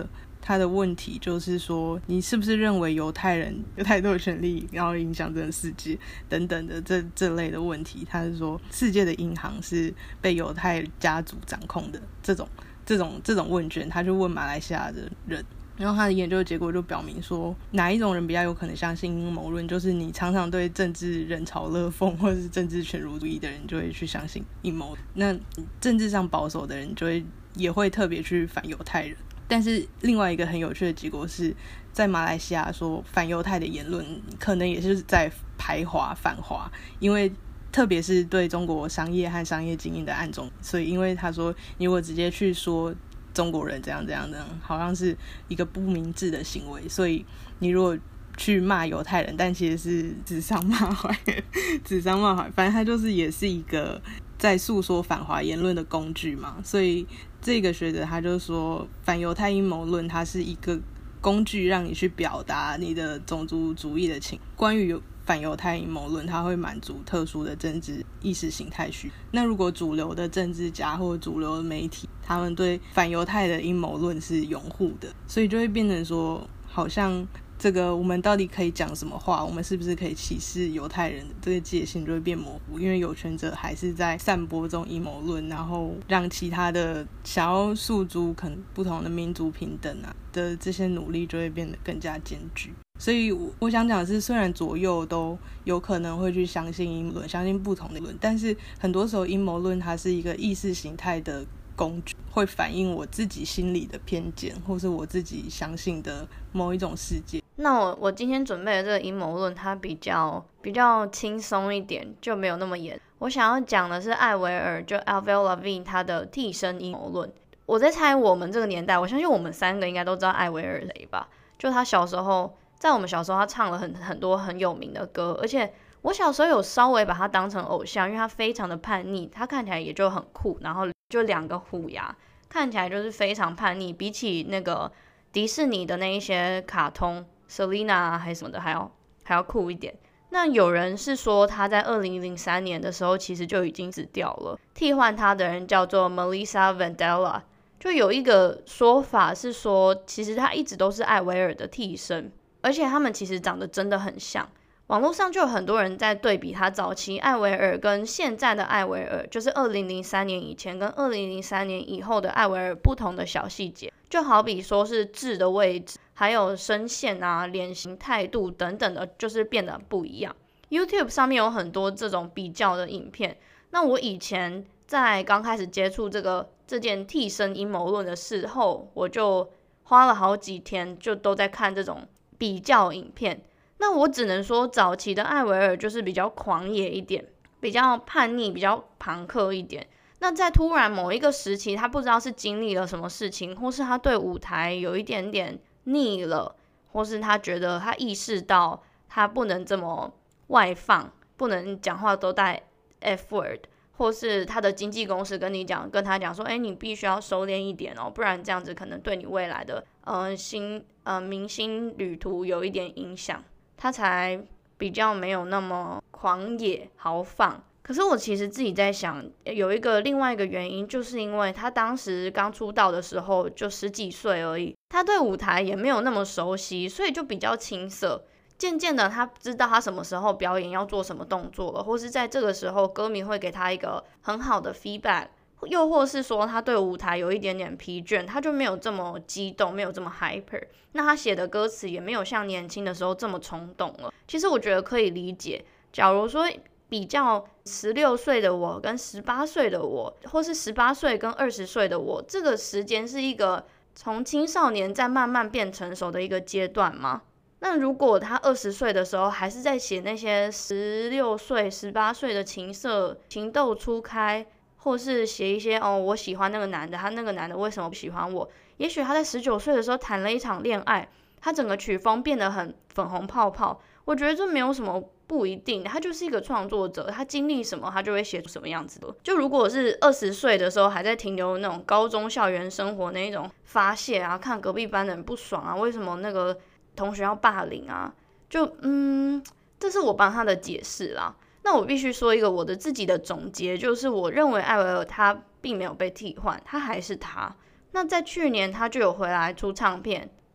他的问题就是说，你是不是认为犹太人有太多的权利，然后影响整个世界等等的这类的问题。他是说，世界的银行是被犹太家族掌控的这种问卷，他就问马来西亚的人。然后他的研究结果就表明说，哪一种人比较有可能相信阴谋论，就是你常常对政治人嘲乐讽或者是政治犬儒主义的人就会去相信阴谋，那政治上保守的人就也会特别去反犹太人。但是另外一个很有趣的结果是，在马来西亚说反犹太的言论可能也是在排华反华，因为特别是对中国商业和商业经营的暗中，所以因为他说你如果直接去说中国人怎样怎样怎样，好像是一个不明智的行为，所以你如果去骂犹太人，但其实是指桑骂槐指桑骂槐，反正他就是也是一个在诉说反华言论的工具嘛。所以这个学者他就说，反犹太阴谋论它是一个工具，让你去表达你的种族主义的情。关于反犹太阴谋论，它会满足特殊的政治意识形态需求。那如果主流的政治家或者主流的媒体，他们对反犹太的阴谋论是拥护的，所以就会变成说，好像这个我们到底可以讲什么话，我们是不是可以歧视犹太人的这个界限就会变模糊，因为有权者还是在散播这种阴谋论，然后让其他的想要诉诸可能不同的民族平等啊的这些努力就会变得更加艰巨。所以我想讲的是，虽然左右都有可能会去相信阴谋论，相信不同的论，但是很多时候阴谋论它是一个意识形态的工具，会反映我自己心里的偏见，或是我自己相信的某一种世界。 那我今天准备的这个阴谋论，它比较轻松一点，就没有那么严。我想要讲的是艾维尔，就 Avril Lavigne 他的替身阴谋论。我在猜我们这个年代，我相信我们三个应该都知道艾维尔谁吧？就他小时候，在我们小时候，他唱了很多很有名的歌，而且我小时候有稍微把他当成偶像，因为他非常的叛逆，他看起来也就很酷，然后就2个虎牙，看起来就是非常叛逆，比起那个迪士尼的那一些卡通 Selina 还是什么的还要酷一点。那有人是说他在2003年的时候其实就已经死掉了，替换他的人叫做 Melissa Vandella。就有一个说法是说，其实他一直都是艾维尔的替身，而且他们其实长得真的很像。网络上就有很多人在对比他早期艾维尔跟现在的艾维尔，就是2003年以前跟2003年以后的艾维尔不同的小细节，就好比说是痣的位置，还有声线啊、脸型、态度等等的，就是变得不一样。YouTube 上面有很多这种比较的影片。那我以前在刚开始接触这件替身阴谋论的时候，我就花了好几天就都在看这种比较影片。那我只能说，早期的艾维尔就是比较狂野一点，比较叛逆，比较朋克一点。那在突然某一个时期，他不知道是经历了什么事情，或是他对舞台有一点点腻了，或是他觉得他意识到他不能这么外放，不能讲话都带 F word， 或是他的经纪公司跟他讲说，你必须要收敛一点哦，不然这样子可能对你未来的明星旅途有一点影响。他才比较没有那么狂野豪放。可是我其实自己在想，有另外一个原因，就是因为他当时刚出道的时候就10几岁而已，他对舞台也没有那么熟悉，所以就比较青涩。渐渐的他知道他什么时候表演要做什么动作了，或是在这个时候歌迷会给他一个很好的 feedback， 又或是说他对舞台有一点点疲倦，他就没有这么激动，没有这么 hyper， 那他写的歌词也没有像年轻的时候这么冲动了。其实我觉得可以理解，假如说比较16岁的我跟18岁的我，或是18岁跟20岁的我，这个时间是一个从青少年再慢慢变成熟的一个阶段吗？那如果他20岁的时候还是在写那些16岁、18岁的情色、情窦初开，或是写一些我喜欢那个男的，他那个男的为什么不喜欢我？也许他在19岁的时候谈了一场恋爱，他整个曲风变得很粉红泡泡。我觉得这没有什么不一定，他就是一个创作者，他经历什么他就会写出什么样子的。就如果是20岁的时候还在停留那种高中校园生活那一种发泄啊，看隔壁班的人不爽啊，为什么那个同学要霸凌啊，就这是我帮他的解释啦。那我必须说一个我的自己的总结，就是我认为艾维尔他并没有被替换，他还是他。那在去年他就有回来出唱片，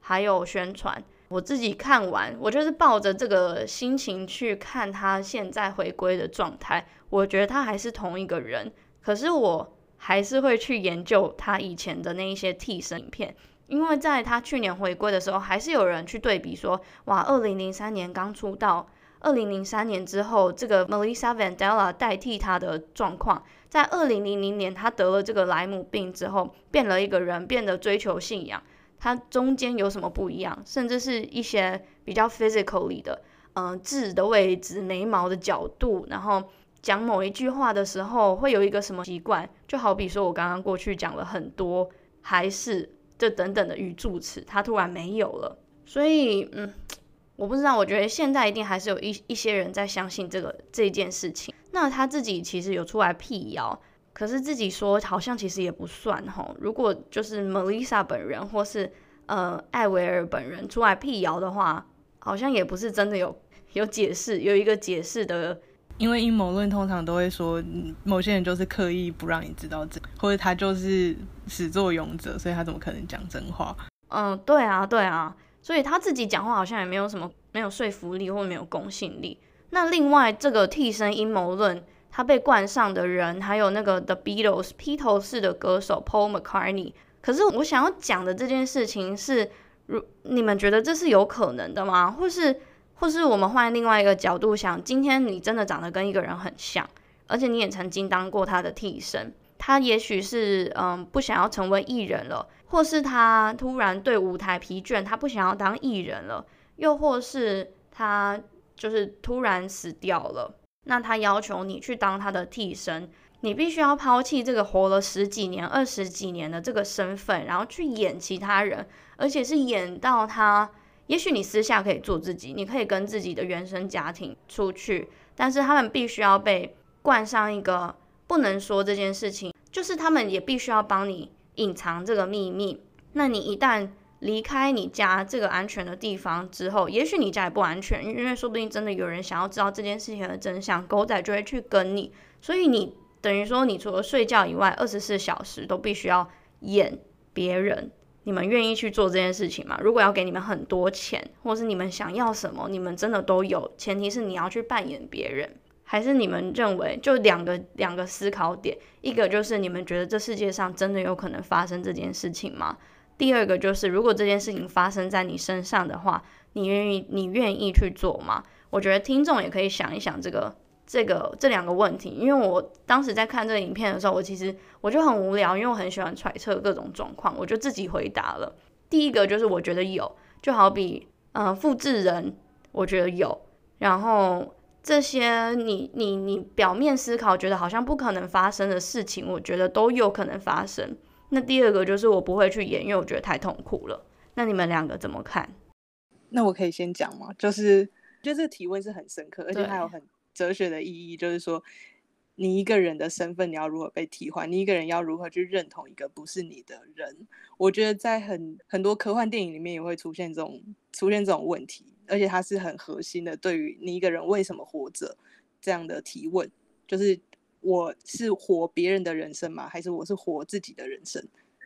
还有宣传。我自己看完，我就是抱着这个心情去看他现在回归的状态，我觉得他还是同一个人，可是我还是会去研究他以前的那一些替身影片，因为在他去年回归的时候，还是有人去对比说，哇，2003年刚出道，2003年之后，这个 Melissa Vandella 代替他的状况，在2000年他得了这个莱姆病之后，变了一个人，变得追求信仰。它中间有什么不一样？甚至是一些比较 physically 的，痣的位置、眉毛的角度，然后讲某一句话的时候会有一个什么习惯，就好比说我刚刚过去讲了很多还是这等等的语助词，它突然没有了。所以我不知道，我觉得现在一定还是有一些人在相信这件事情。那他自己其实有出来辟谣，可是自己说好像其实也不算齁。如果就是 Melissa 本人或是艾薇儿本人出来辟谣的话，好像也不是真的有解释，有一个解释的。 因为阴谋论通常都会说某些人就是刻意不让你知道这，或者他就是始作俑者，所以他怎么可能讲真话？ 对啊，所以他自己讲话好像也没有说服力或没有公信力。那另外这个替身阴谋论，他被冠上的人还有那个 The Beatles 披头士的歌手 Paul McCartney。可是我想要讲的这件事情是，你们觉得这是有可能的吗？或是我们换另外一个角度想，今天你真的长得跟一个人很像，而且你也曾经当过他的替身，他也许是不想要成为艺人了，或是他突然对舞台疲倦，他不想要当艺人了，又或是他就是突然死掉了，那他要求你去当他的替身，你必须要抛弃这个活了10几年、20几年的这个身份，然后去演其他人，而且是演到他，也许你私下可以做自己，你可以跟自己的原生家庭出去，但是他们必须要被冠上一个不能说这件事情，就是他们也必须要帮你隐藏这个秘密。那你一旦离开你家这个安全的地方之后，也许你家也不安全，因为说不定真的有人想要知道这件事情的真相，狗仔就会去跟你，所以你等于说你除了睡觉以外24小时都必须要演别人。你们愿意去做这件事情吗？如果要给你们很多钱，或是你们想要什么，你们真的都有，前提是你要去扮演别人。还是你们认为就两个思考点，一个就是你们觉得这世界上真的有可能发生这件事情吗？第二个就是如果这件事情发生在你身上的话，你愿意去做吗？我觉得听众也可以想一想这两个问题，因为我当时在看这个影片的时候，我就很无聊，因为我很喜欢揣测各种状况，我就自己回答了。第一个就是我觉得有，就好比复制人，我觉得有，然后这些你表面思考觉得好像不可能发生的事情，我觉得都有可能发生。那第二个就是我不会去演，因为我觉得太痛苦了。那你们两个怎么看？ 那我可以先讲吗？就是觉得这个提问是很深刻，而且它有很哲学的意义，就是说你一个人的身份你要如何被替换，你一个人要如何去认同一个不是你的人。我觉得在很多科幻电影里面也会出现这种问题，而且它是很核心的，对于你一个人为什么活着这样的提问，就是我是活别人的人生吗？还是我是活自己的人生？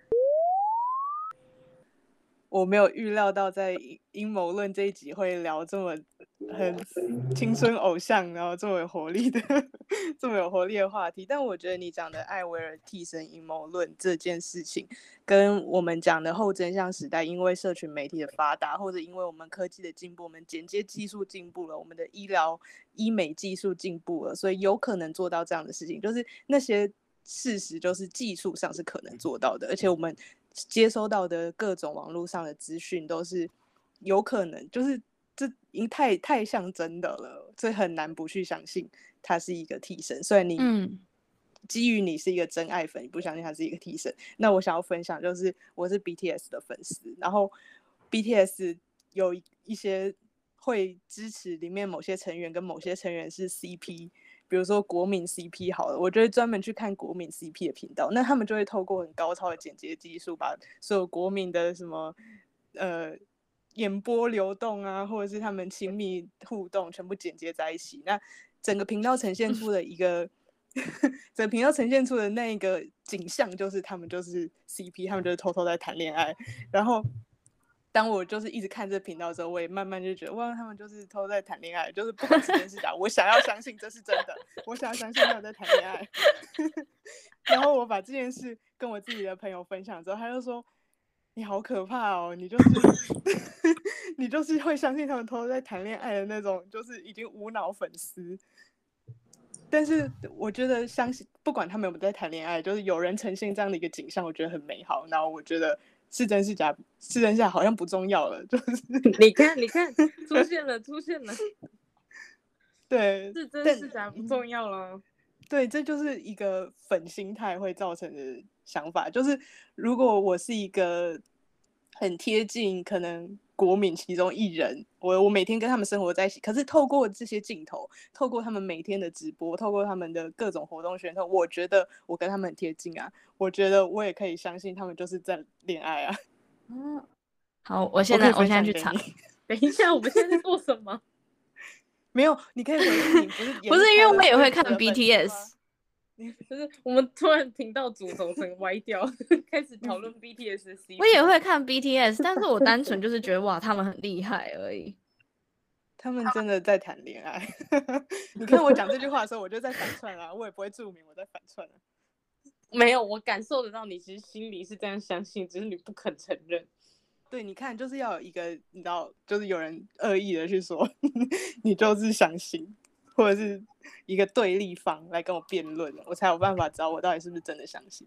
我没有预料到在阴谋论这一集会聊这么很青春偶像，然后这么有活力的话题。但我觉得你讲的艾薇儿替身阴谋论这件事情，跟我们讲的后真相时代，因为社群媒体的发达，或者因为我们科技的进步，我们剪接技术进步了，我们的医美技术进步了，所以有可能做到这样的事情，就是那些事实就是技术上是可能做到的，而且我们接收到的各种网络上的资讯都是有可能，就是这已经太像真的了，所以很难不去相信它是一个替身。虽然你基于你是一个真爱粉，你不相信它是一个替身。那我想要分享就是我是 BTS 的粉丝，然后 BTS 有一些会支持里面某些成员跟某些成员是 CP，比如说国民 CP 好了，我就会专门去看国民 CP 的频道，那他们就会透过很高超的剪接技术，把所有国民的什么眼波流动啊，或者是他们亲密互动全部剪接在一起，那整个频道呈现出的一个整个频道呈现出的那个景象就是他们就是 CP， 他们就是偷偷在谈恋爱，然后当我就是一直看这频道的时候，我也慢慢就觉得哇，他们就是都在谈恋爱，就是不管是真是假，我想要相信这是真的，我想要相信他们在谈恋爱。然后我把这件事跟我自己的朋友分享之后，他就说你好可怕哦，你就是你就是会相信他们都在谈恋爱的那种，就是已经无脑粉丝。但是我觉得相信不管他们有没有在谈恋爱，就是有人呈现这样的一个景象，我觉得很美好。然后我觉得是真是假，是真是假好像不重要了，就是你看出现了， 对， 是真是假不重要了。 对，这就是一个粉心态会造成的想法，就是如果我是一个很贴近可能国民其中一人，我每天跟他们生活在一起，可是透过这些镜头，透过他们每天的直播，透过他们的各种活动宣传，我觉得我跟他们很贴近啊，我觉得我也可以相信他们就是在恋爱啊。 好，我现在去查。 等一下，我们现在在做什么？ 没有，你可以回应你， 不是因为我也会看 BTS。 就是我们突然频道主轴整个歪掉，开始讨论 BTS 的 CP。 我也会看 BTS， 但是我单纯就是觉得哇，他们很厉害而已。 他们真的在谈恋爱。你看我讲这句话的时候，我就在反串啊，我也不会注明我在反串啊。 没有，我感受得到你其实心里是这样相信，只是你不肯承认。 对，你看，就是要有一个，你知道，就是有人恶意的去说你就是相信，或者是一个对立方来跟我辩论，我才有办法知道我到底是不是真的相信。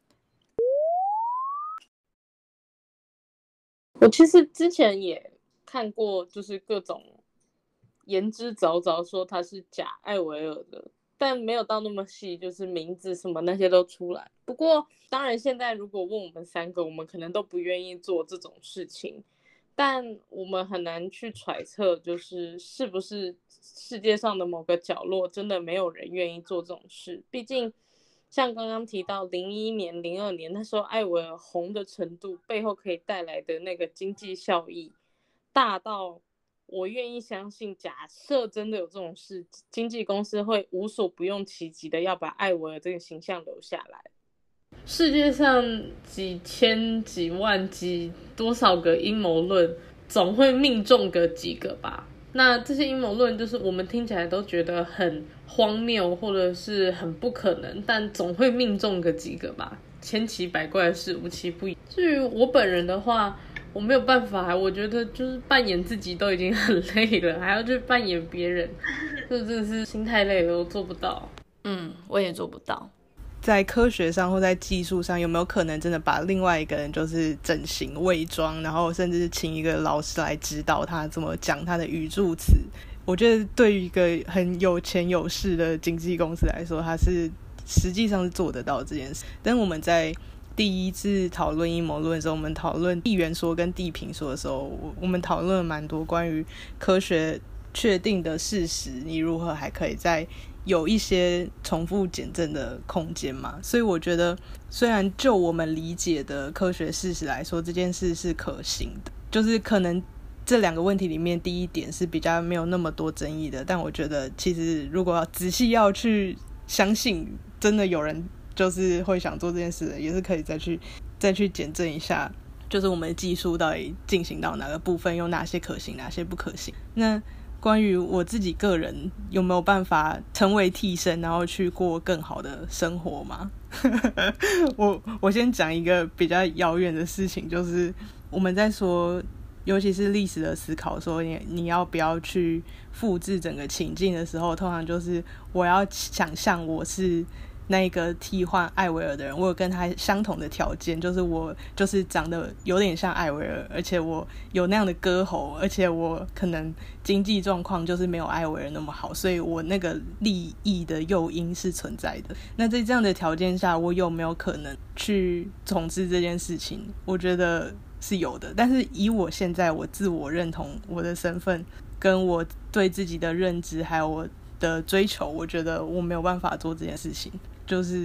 我其实之前也看过，就是各种言之凿凿说他是假艾维尔的，但没有到那么细，就是名字什么那些都出来。不过当然现在如果问我们三个，我们可能都不愿意做这种事情，但我们很难去揣测，就是是不是世界上的某个角落真的没有人愿意做这种事。毕竟像刚刚提到01年02年那时候艾维尔红的程度，背后可以带来的那个经济效益大到我愿意相信，假设真的有这种事，经纪公司会无所不用其极的要把艾维尔这个形象留下来。世界上几千几万多少个阴谋论，总会命中个几个吧。那这些阴谋论就是我们听起来都觉得很荒谬或者是很不可能，但总会命中个几个吧。千奇百怪的事无奇不有。至于我本人的话，我没有办法，我觉得就是扮演自己都已经很累了，还要去扮演别人，这真的是心太累了，我做不到。 我也做不到。 在科学上或在技术上，有没有可能真的把另外一个人就是整形伪装，然后甚至是请一个老师来指导他怎么讲他的语助词？我觉得对于一个很有钱有势的经纪公司来说，他是实际上是做得到这件事。但我们在第一次讨论阴谋论的时候，我们讨论地缘说跟地平说的时候，我们讨论了蛮多关于科学确定的事实，你如何还可以在有一些重复检证的空间嘛。所以我觉得虽然就我们理解的科学事实来说，这件事是可行的，就是可能这两个问题里面第一点是比较没有那么多争议的，但我觉得其实如果要仔细要去相信真的有人就是会想做这件事的，也是可以再去检证一下，就是我们的技术到底进行到哪个部分，有哪些可行哪些不可行。那关于我自己个人有没有办法成为替身然后去过更好的生活吗？我先讲一个比较遥远的事情，就是我们在说尤其是历史的思考，说你要不要去复制整个情境的时候，通常就是我要想象我是那个替换艾维尔的人，我有跟他相同的条件，就是我就是长得有点像艾维尔，而且我有那样的歌喉，而且我可能经济状况就是没有艾维尔那么好，所以我那个利益的诱因是存在的。那在这样的条件下，我有没有可能去从事这件事情？我觉得是有的，但是以我现在我自我认同我的身份跟我对自己的认知还有我的追求，我觉得我没有办法做这件事情。就是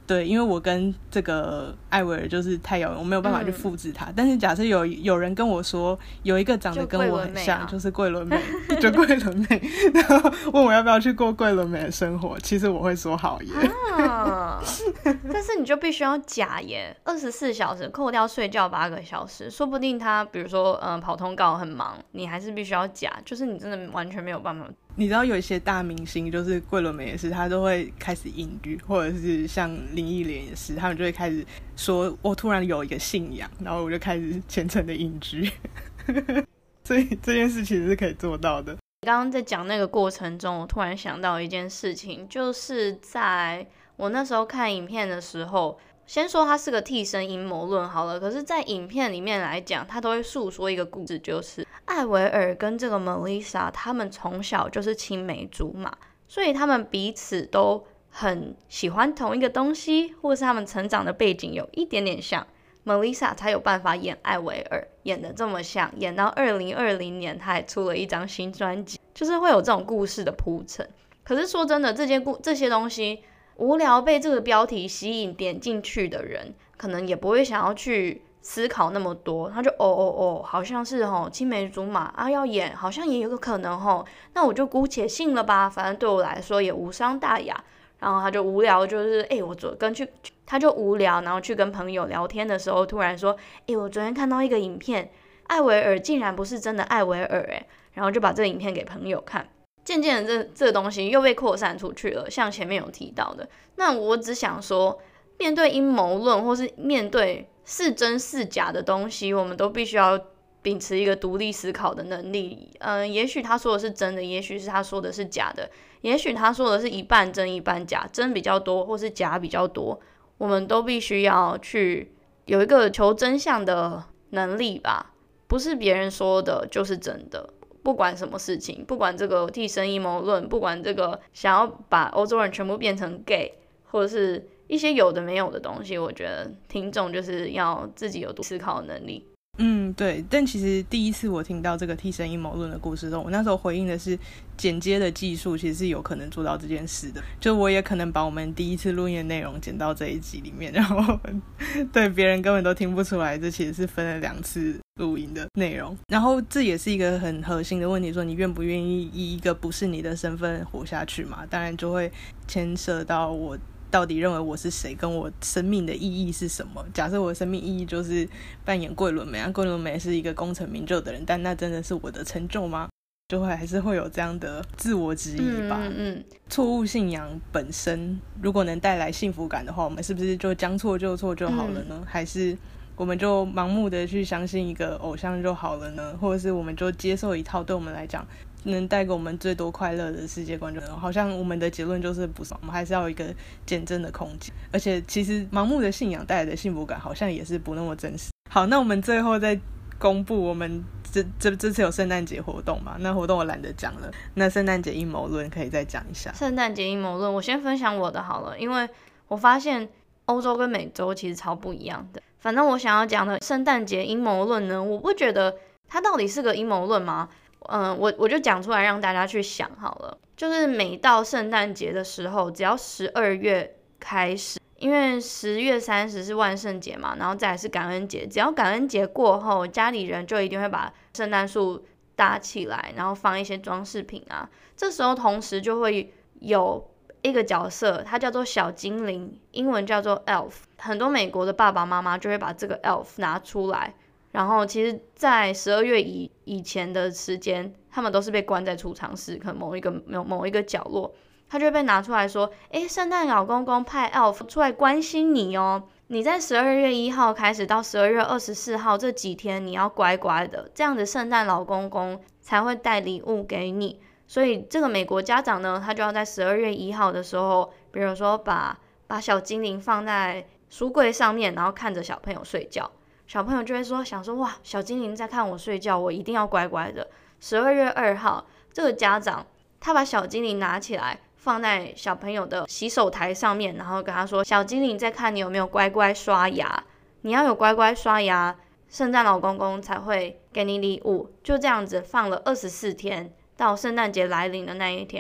对，因为我跟这个艾薇儿就是太遥远，我没有办法去复制它。但是假设有人跟我说有一个长得跟我很像，就是桂纶镁，就桂纶镁，然后问我要不要去过桂纶镁的生活，其实我会说好耶。 但是你就必须要假耶，24小时扣掉睡觉8个小时，说不定他比如说跑通告很忙，你还是必须要假，就是你真的完全没有办法。 你知道有一些大明星，就是桂纶镁也是，他都会开始隐居，或者是像林忆莲也是，他们就会开始说我突然有一个信仰，然后我就开始虔诚的隐居。所以这件事其实是可以做到的。 刚刚在讲那个过程中，我突然想到一件事情，就是在我那时候看影片的时候，先说它是个替身阴谋论好了，可是在影片里面来讲，它都会诉说一个故事，就是艾薇儿跟这个 Melissa 他们从小就是青梅竹马，所以他们彼此都很喜欢同一个东西，或是他们成长的背景有一点点像， Melissa 才有办法演艾薇儿，演得这么像，演到2020年她还出了一张新专辑，就是会有这种故事的铺陈。可是说真的，这些东西无聊被这个标题吸引点进去的人，可能也不会想要去思考那么多，他就好像是青梅竹马啊，要演好像也有个可能那我就姑且信了吧，反正对我来说也无伤大雅。然后他就无聊，就是他就无聊，然后去跟朋友聊天的时候，突然说我昨天看到一个影片，艾薇儿竟然不是真的艾薇儿然后就把这个影片给朋友看。渐渐的这个东西又被扩散出去了，像前面有提到的。那我只想说，面对阴谋论或是面对是真是假的东西，我们都必须要秉持一个独立思考的能力。也许他说的是真的，也许是他说的是假的，也许他说的是一半真一半假，真比较多或是假比较多，我们都必须要去有一个求真相的能力吧。不是别人说的就是真的，不管什么事情，不管这个替身阴谋论，不管这个想要把欧洲人全部变成 gay， 或者是一些有的没有的东西，我觉得听众就是要自己有思考的能力。 对，但其实第一次我听到这个替身阴谋论的故事中，我那时候回应的是剪接的技术其实是有可能做到这件事的，就我也可能把我们第一次录音的内容剪到这一集里面，然后对别人根本都听不出来这其实是分了2次录音的内容。然后这也是一个很核心的问题，说你愿不愿意以一个不是你的身份活下去嘛？当然就会牵涉到我到底认为我是谁，跟我生命的意义是什么。假设我的生命意义就是扮演桂纶镁，桂纶镁是一个功成名就的人，但那真的是我的成就吗？就会还是会有这样的自我质疑吧。错误信仰本身如果能带来幸福感的话，我们是不是就将错就错就好了呢？还是我们就盲目的去相信一个偶像就好了呢？或者是我们就接受一套对我们来讲能带给我们最多快乐的世界观，就好像我们的结论就是不是，我们还是要有一个检证的空间。而且其实盲目的信仰带来的幸福感好像也是不那么真实。好，那我们最后再公布我们这次有圣诞节活动嘛？那活动我懒得讲了，那圣诞节阴谋论可以再讲一下。 圣诞节阴谋论我先分享我的好了，因为我发现欧洲跟美洲其实超不一样的。反正我想要讲的圣诞节阴谋论呢，我不觉得它到底是个阴谋论吗？我就讲出来让大家去想好了。就是每到圣诞节的时候，只要12月开始，因为10月30是万圣节嘛，然后再来是感恩节，只要感恩节过后，家里人就一定会把圣诞树搭起来，然后放一些装饰品啊。这时候同时就会有一个角色，它叫做小精灵，英文叫做 elf。 很多美国的爸爸妈妈就会把这个 elf 拿出来，然后其实在12月以前的时间，他们都是被关在储藏室，可能某一个角落，他就会被拿出来说，圣诞老公公派 elf 出来关心你哦，你在12月1号开始到12月24号这几天你要乖乖的，这样子圣诞老公公才会带礼物给你。所以这个美国家长呢，他就要在12月1号的时候，比如说把小精灵放在书柜上面，然后看着小朋友睡觉，小朋友就会想说哇，小精灵在看我睡觉，我一定要乖乖的。12月2号这个家长他把小精灵拿起来放在小朋友的洗手台上面，然后跟他说，小精灵在看你有没有乖乖刷牙，你要有乖乖刷牙，圣诞老公公才会给你礼物。就这样子放了24天，到圣诞节来临的那一天，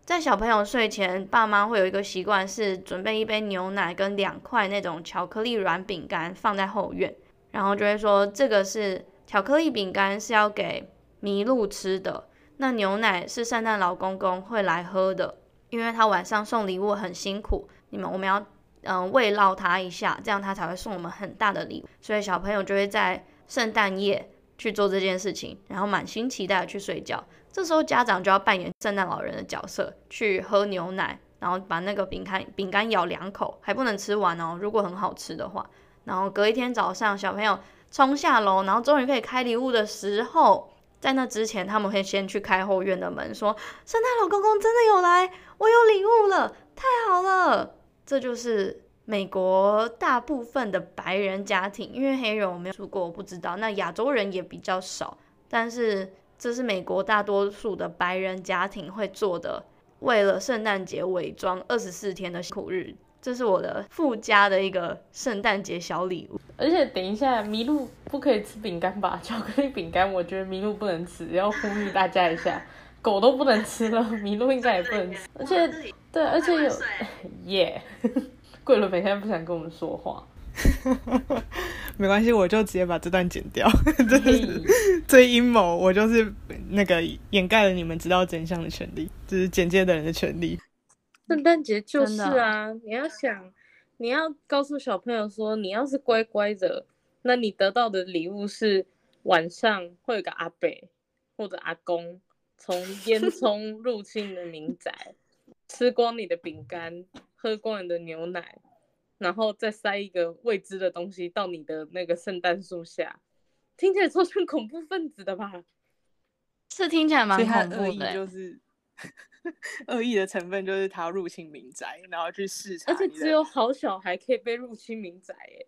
在小朋友睡前，爸妈会有一个习惯是准备一杯牛奶跟2块那种巧克力软饼干放在后院，然后就会说这个是巧克力饼干是要给麋鹿吃的，那牛奶是圣诞老公公会来喝的，因为他晚上送礼物很辛苦，我们要慰劳他一下，这样他才会送我们很大的礼物，所以小朋友就会在圣诞夜去做这件事情，然后满心期待的去睡觉。这时候家长就要扮演圣诞老人的角色，去喝牛奶，然后把那个饼干咬2口，还不能吃完哦，如果很好吃的话。然后隔一天早上，小朋友冲下楼，然后终于可以开礼物的时候，在那之前他们会先去开后院的门，说圣诞老公公真的有来，我有礼物了，太好了。这就是美国大部分的白人家庭，因为黑人我没有住过，我不知道，那亚洲人也比较少，但是这是美国大多数的白人家庭会做的，为了圣诞节伪装24天的苦日，这是我的附加的一个圣诞节小礼物。 而且等一下，麋鹿不可以吃饼干吧？巧克力饼干，我觉得麋鹿不能吃，要呼吁大家一下，狗都不能吃了，麋鹿应该也不能吃。而且，对，而且有，耶，桂纶镁现在不想跟我们说话。 没关系，我就直接把这段剪掉。这阴谋，我就是那个掩盖了你们知道真相的权利，就是简介的人的权利。 圣诞节就是啊，你要想，你要告诉小朋友说，你要是乖乖的，那你得到的礼物是晚上会有个阿伯或者阿公从烟囱入侵你的民宅，吃光你的饼干，喝光你的牛奶，然后再塞一个未知的东西到你的那个圣诞树下，听起来超像恐怖分子的吧？ 是听起来蛮恐怖的， 恶意就是恶意的成分就是他要入侵民宅，然后去视察， 而且只有好小孩可以被入侵民宅耶。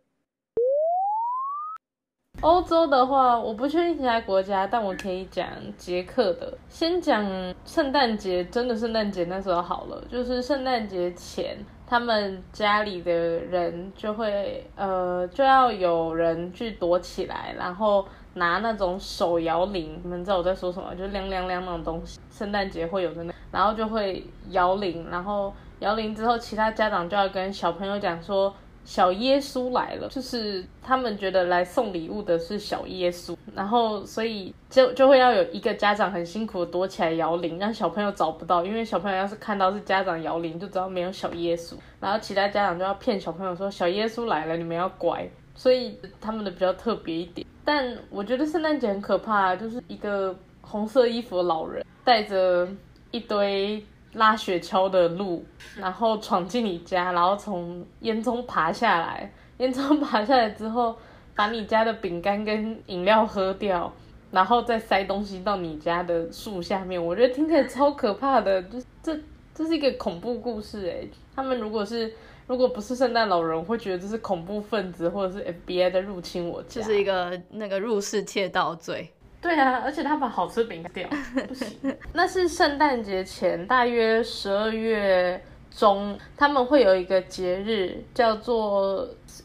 欧洲的话，我不确定其他国家，但我可以讲捷克的。先讲圣诞节，真的圣诞节那时候好了，就是圣诞节前，他们家里的人就会就要有人去躲起来，然后拿那种手摇铃，你们知道我在说什么？就是亮亮亮那种东西，圣诞节会有的然后就会摇铃，然后摇铃之后，其他家长就要跟小朋友讲说，小耶稣来了，就是他们觉得来送礼物的是小耶稣，然后所以就会要有一个家长很辛苦的躲起来摇铃，让小朋友找不到，因为小朋友要是看到是家长摇铃，就知道没有小耶稣，然后其他家长就要骗小朋友说小耶稣来了，你们要乖，所以他们的比较特别一点。但我觉得圣诞节很可怕，就是一个红色衣服的老人带着一堆拉雪橇的鹿，然后闯进你家，然后从烟囱爬下来，烟囱爬下来之后，把你家的饼干跟饮料喝掉，然后再塞东西到你家的树下面。我觉得听起来超可怕的，就是这是一个恐怖故事诶。他们如果不是圣诞老人，我会觉得这是恐怖分子或者是 FBI 在入侵我家， 就是一个那个入室窃盗罪。 对啊，而且他把好吃饼干掉，不行。那是圣诞节前，大约12月中，他们会有一个节日叫做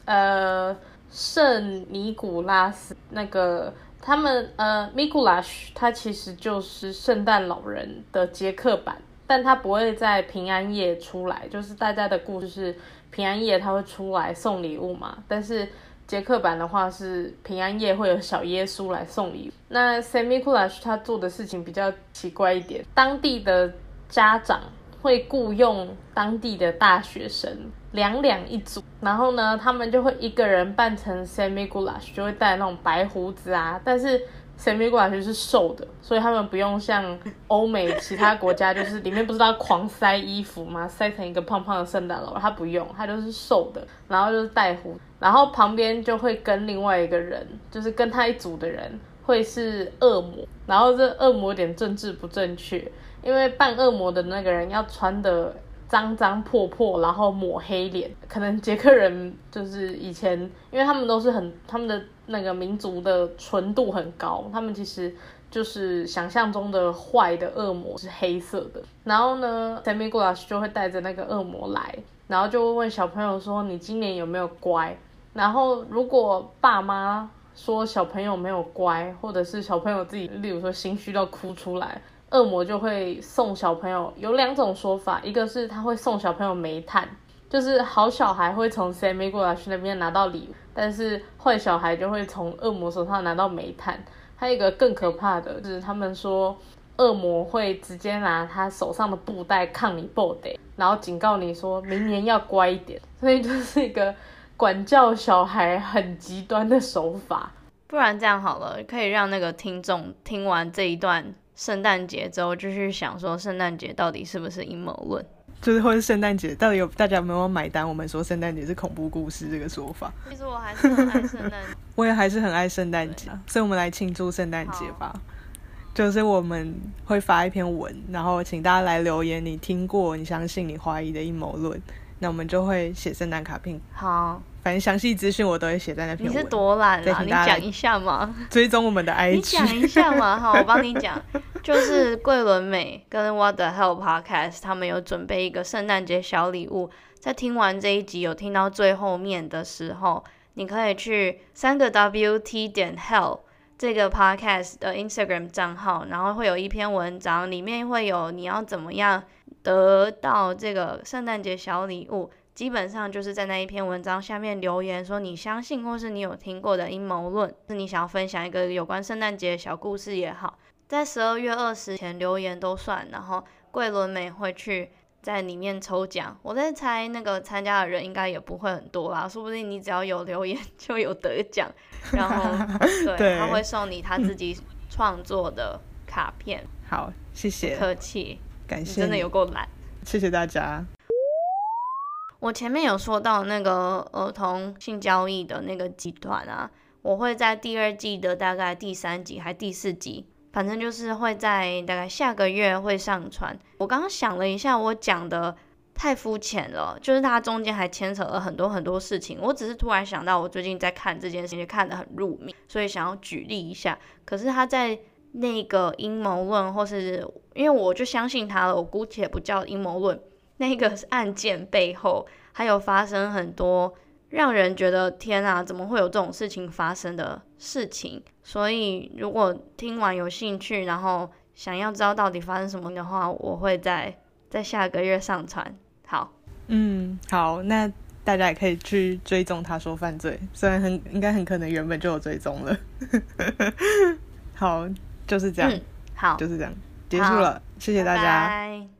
圣尼古拉斯。那个他们Mikuláš，他其实就是圣诞老人的捷克版，但他不会在平安夜出来，就是大家的故事是平安夜他会出来送礼物嘛，但是捷克版的话是平安夜会有小耶稣来送礼物。那 Saint Mikuláš 他做的事情比较奇怪一点，当地的家长会雇用当地的大学生2一组，然后呢他们就会一个人扮成 Saint Mikuláš， 就会戴那种白胡子啊，但是Saint Mikuláš是瘦的，所以他们不用像欧美其他国家，就是里面不是要狂塞衣服吗？塞成一个胖胖的圣诞老人，他不用，他就是瘦的，然后就是戴胡，然后旁边就会跟另外一个人，就是跟他一组的人会是恶魔，然后这恶魔有点政治不正确，因为扮恶魔的那个人要穿的脏脏破破，然后抹黑脸，可能捷克人就是以前，因为他们都是他们的那个民族的纯度很高，他们其实就是想象中的坏的恶魔是黑色的。然后呢 Saint Mikuláš 就会带着那个恶魔来，然后就会问小朋友说你今年有没有乖，然后如果爸妈说小朋友没有乖，或者是小朋友自己例如说心虚到哭出来， 恶魔就会送小朋友，有2种说法，一个是他会送小朋友煤炭，就是好小孩会从 Semi-Gulash 那边拿到礼物，但是坏小孩就会从恶魔手上拿到煤炭。还有一个更可怕的就是他们说恶魔会直接拿他手上的布袋抗你爆的，然后警告你说明年要乖一点，所以就是一个管教小孩很极端的手法。 不然这样好了，可以让那个听众听完这一段圣诞节之后就去想说圣诞节到底是不是阴谋论， 就是或是圣诞节到底大家有没有买单我们说圣诞节是恐怖故事这个说法。 其实我还是很爱圣诞节我也还是很爱圣诞节，所以我们来庆祝圣诞节吧。就是我们会发一篇文，然后请大家来留言你听过你相信你怀疑的阴谋论，那我们就会写圣诞卡片。 好， 反正详细资讯我都会写在那篇文。 你是多懒啊？你讲一下嘛， 追踪我们的 IG。 你讲一下嘛。好，我帮你讲。就是桂纶镁跟 What the Hell Podcast 他们有准备一个圣诞节小礼物，在听完这一集有听到最后面的时候，你可以去3wt.hell 这个 podcast 的 Instagram 账号，然后会有一篇文章，里面会有你要怎么样得到这个圣诞节小礼物，基本上就是在那一篇文章下面留言说你相信或是你有听过的阴谋论，是你想要分享一个有关圣诞节的小故事也好，在12月20前留言都算，然后桂纶镁会去在里面抽奖。我在猜那个参加的人应该也不会很多啦，说不定你只要有留言就有得奖，然后 对他会送你他自己创作的卡片。 好，谢谢， 不客气， 感谢你真的有够懒， 谢谢大家。 我前面有说到那个儿童性交易的那个集团啊，我会在第2季的大概第3集还第4集，反正就是会在大概下个月会上传。我刚刚想了一下，我讲的太肤浅了，就是它中间还牵扯了很多很多事情，我只是突然想到我最近在看这件事情看得很入迷，所以想要举例一下。可是他在那个阴谋论，或是因为我就相信他了，我姑且不叫阴谋论，那个案件背后还有发生很多让人觉得天啊怎么会有这种事情发生的事情。所以如果听完有兴趣，然后想要知道到底发生什么的话，我会在下个月上传。好， 好，那大家也可以去追踪他说犯罪，虽然应该很可能原本就有追踪了。好，就是这样， 好， 就是这样，结束了，谢谢大家。 拜拜。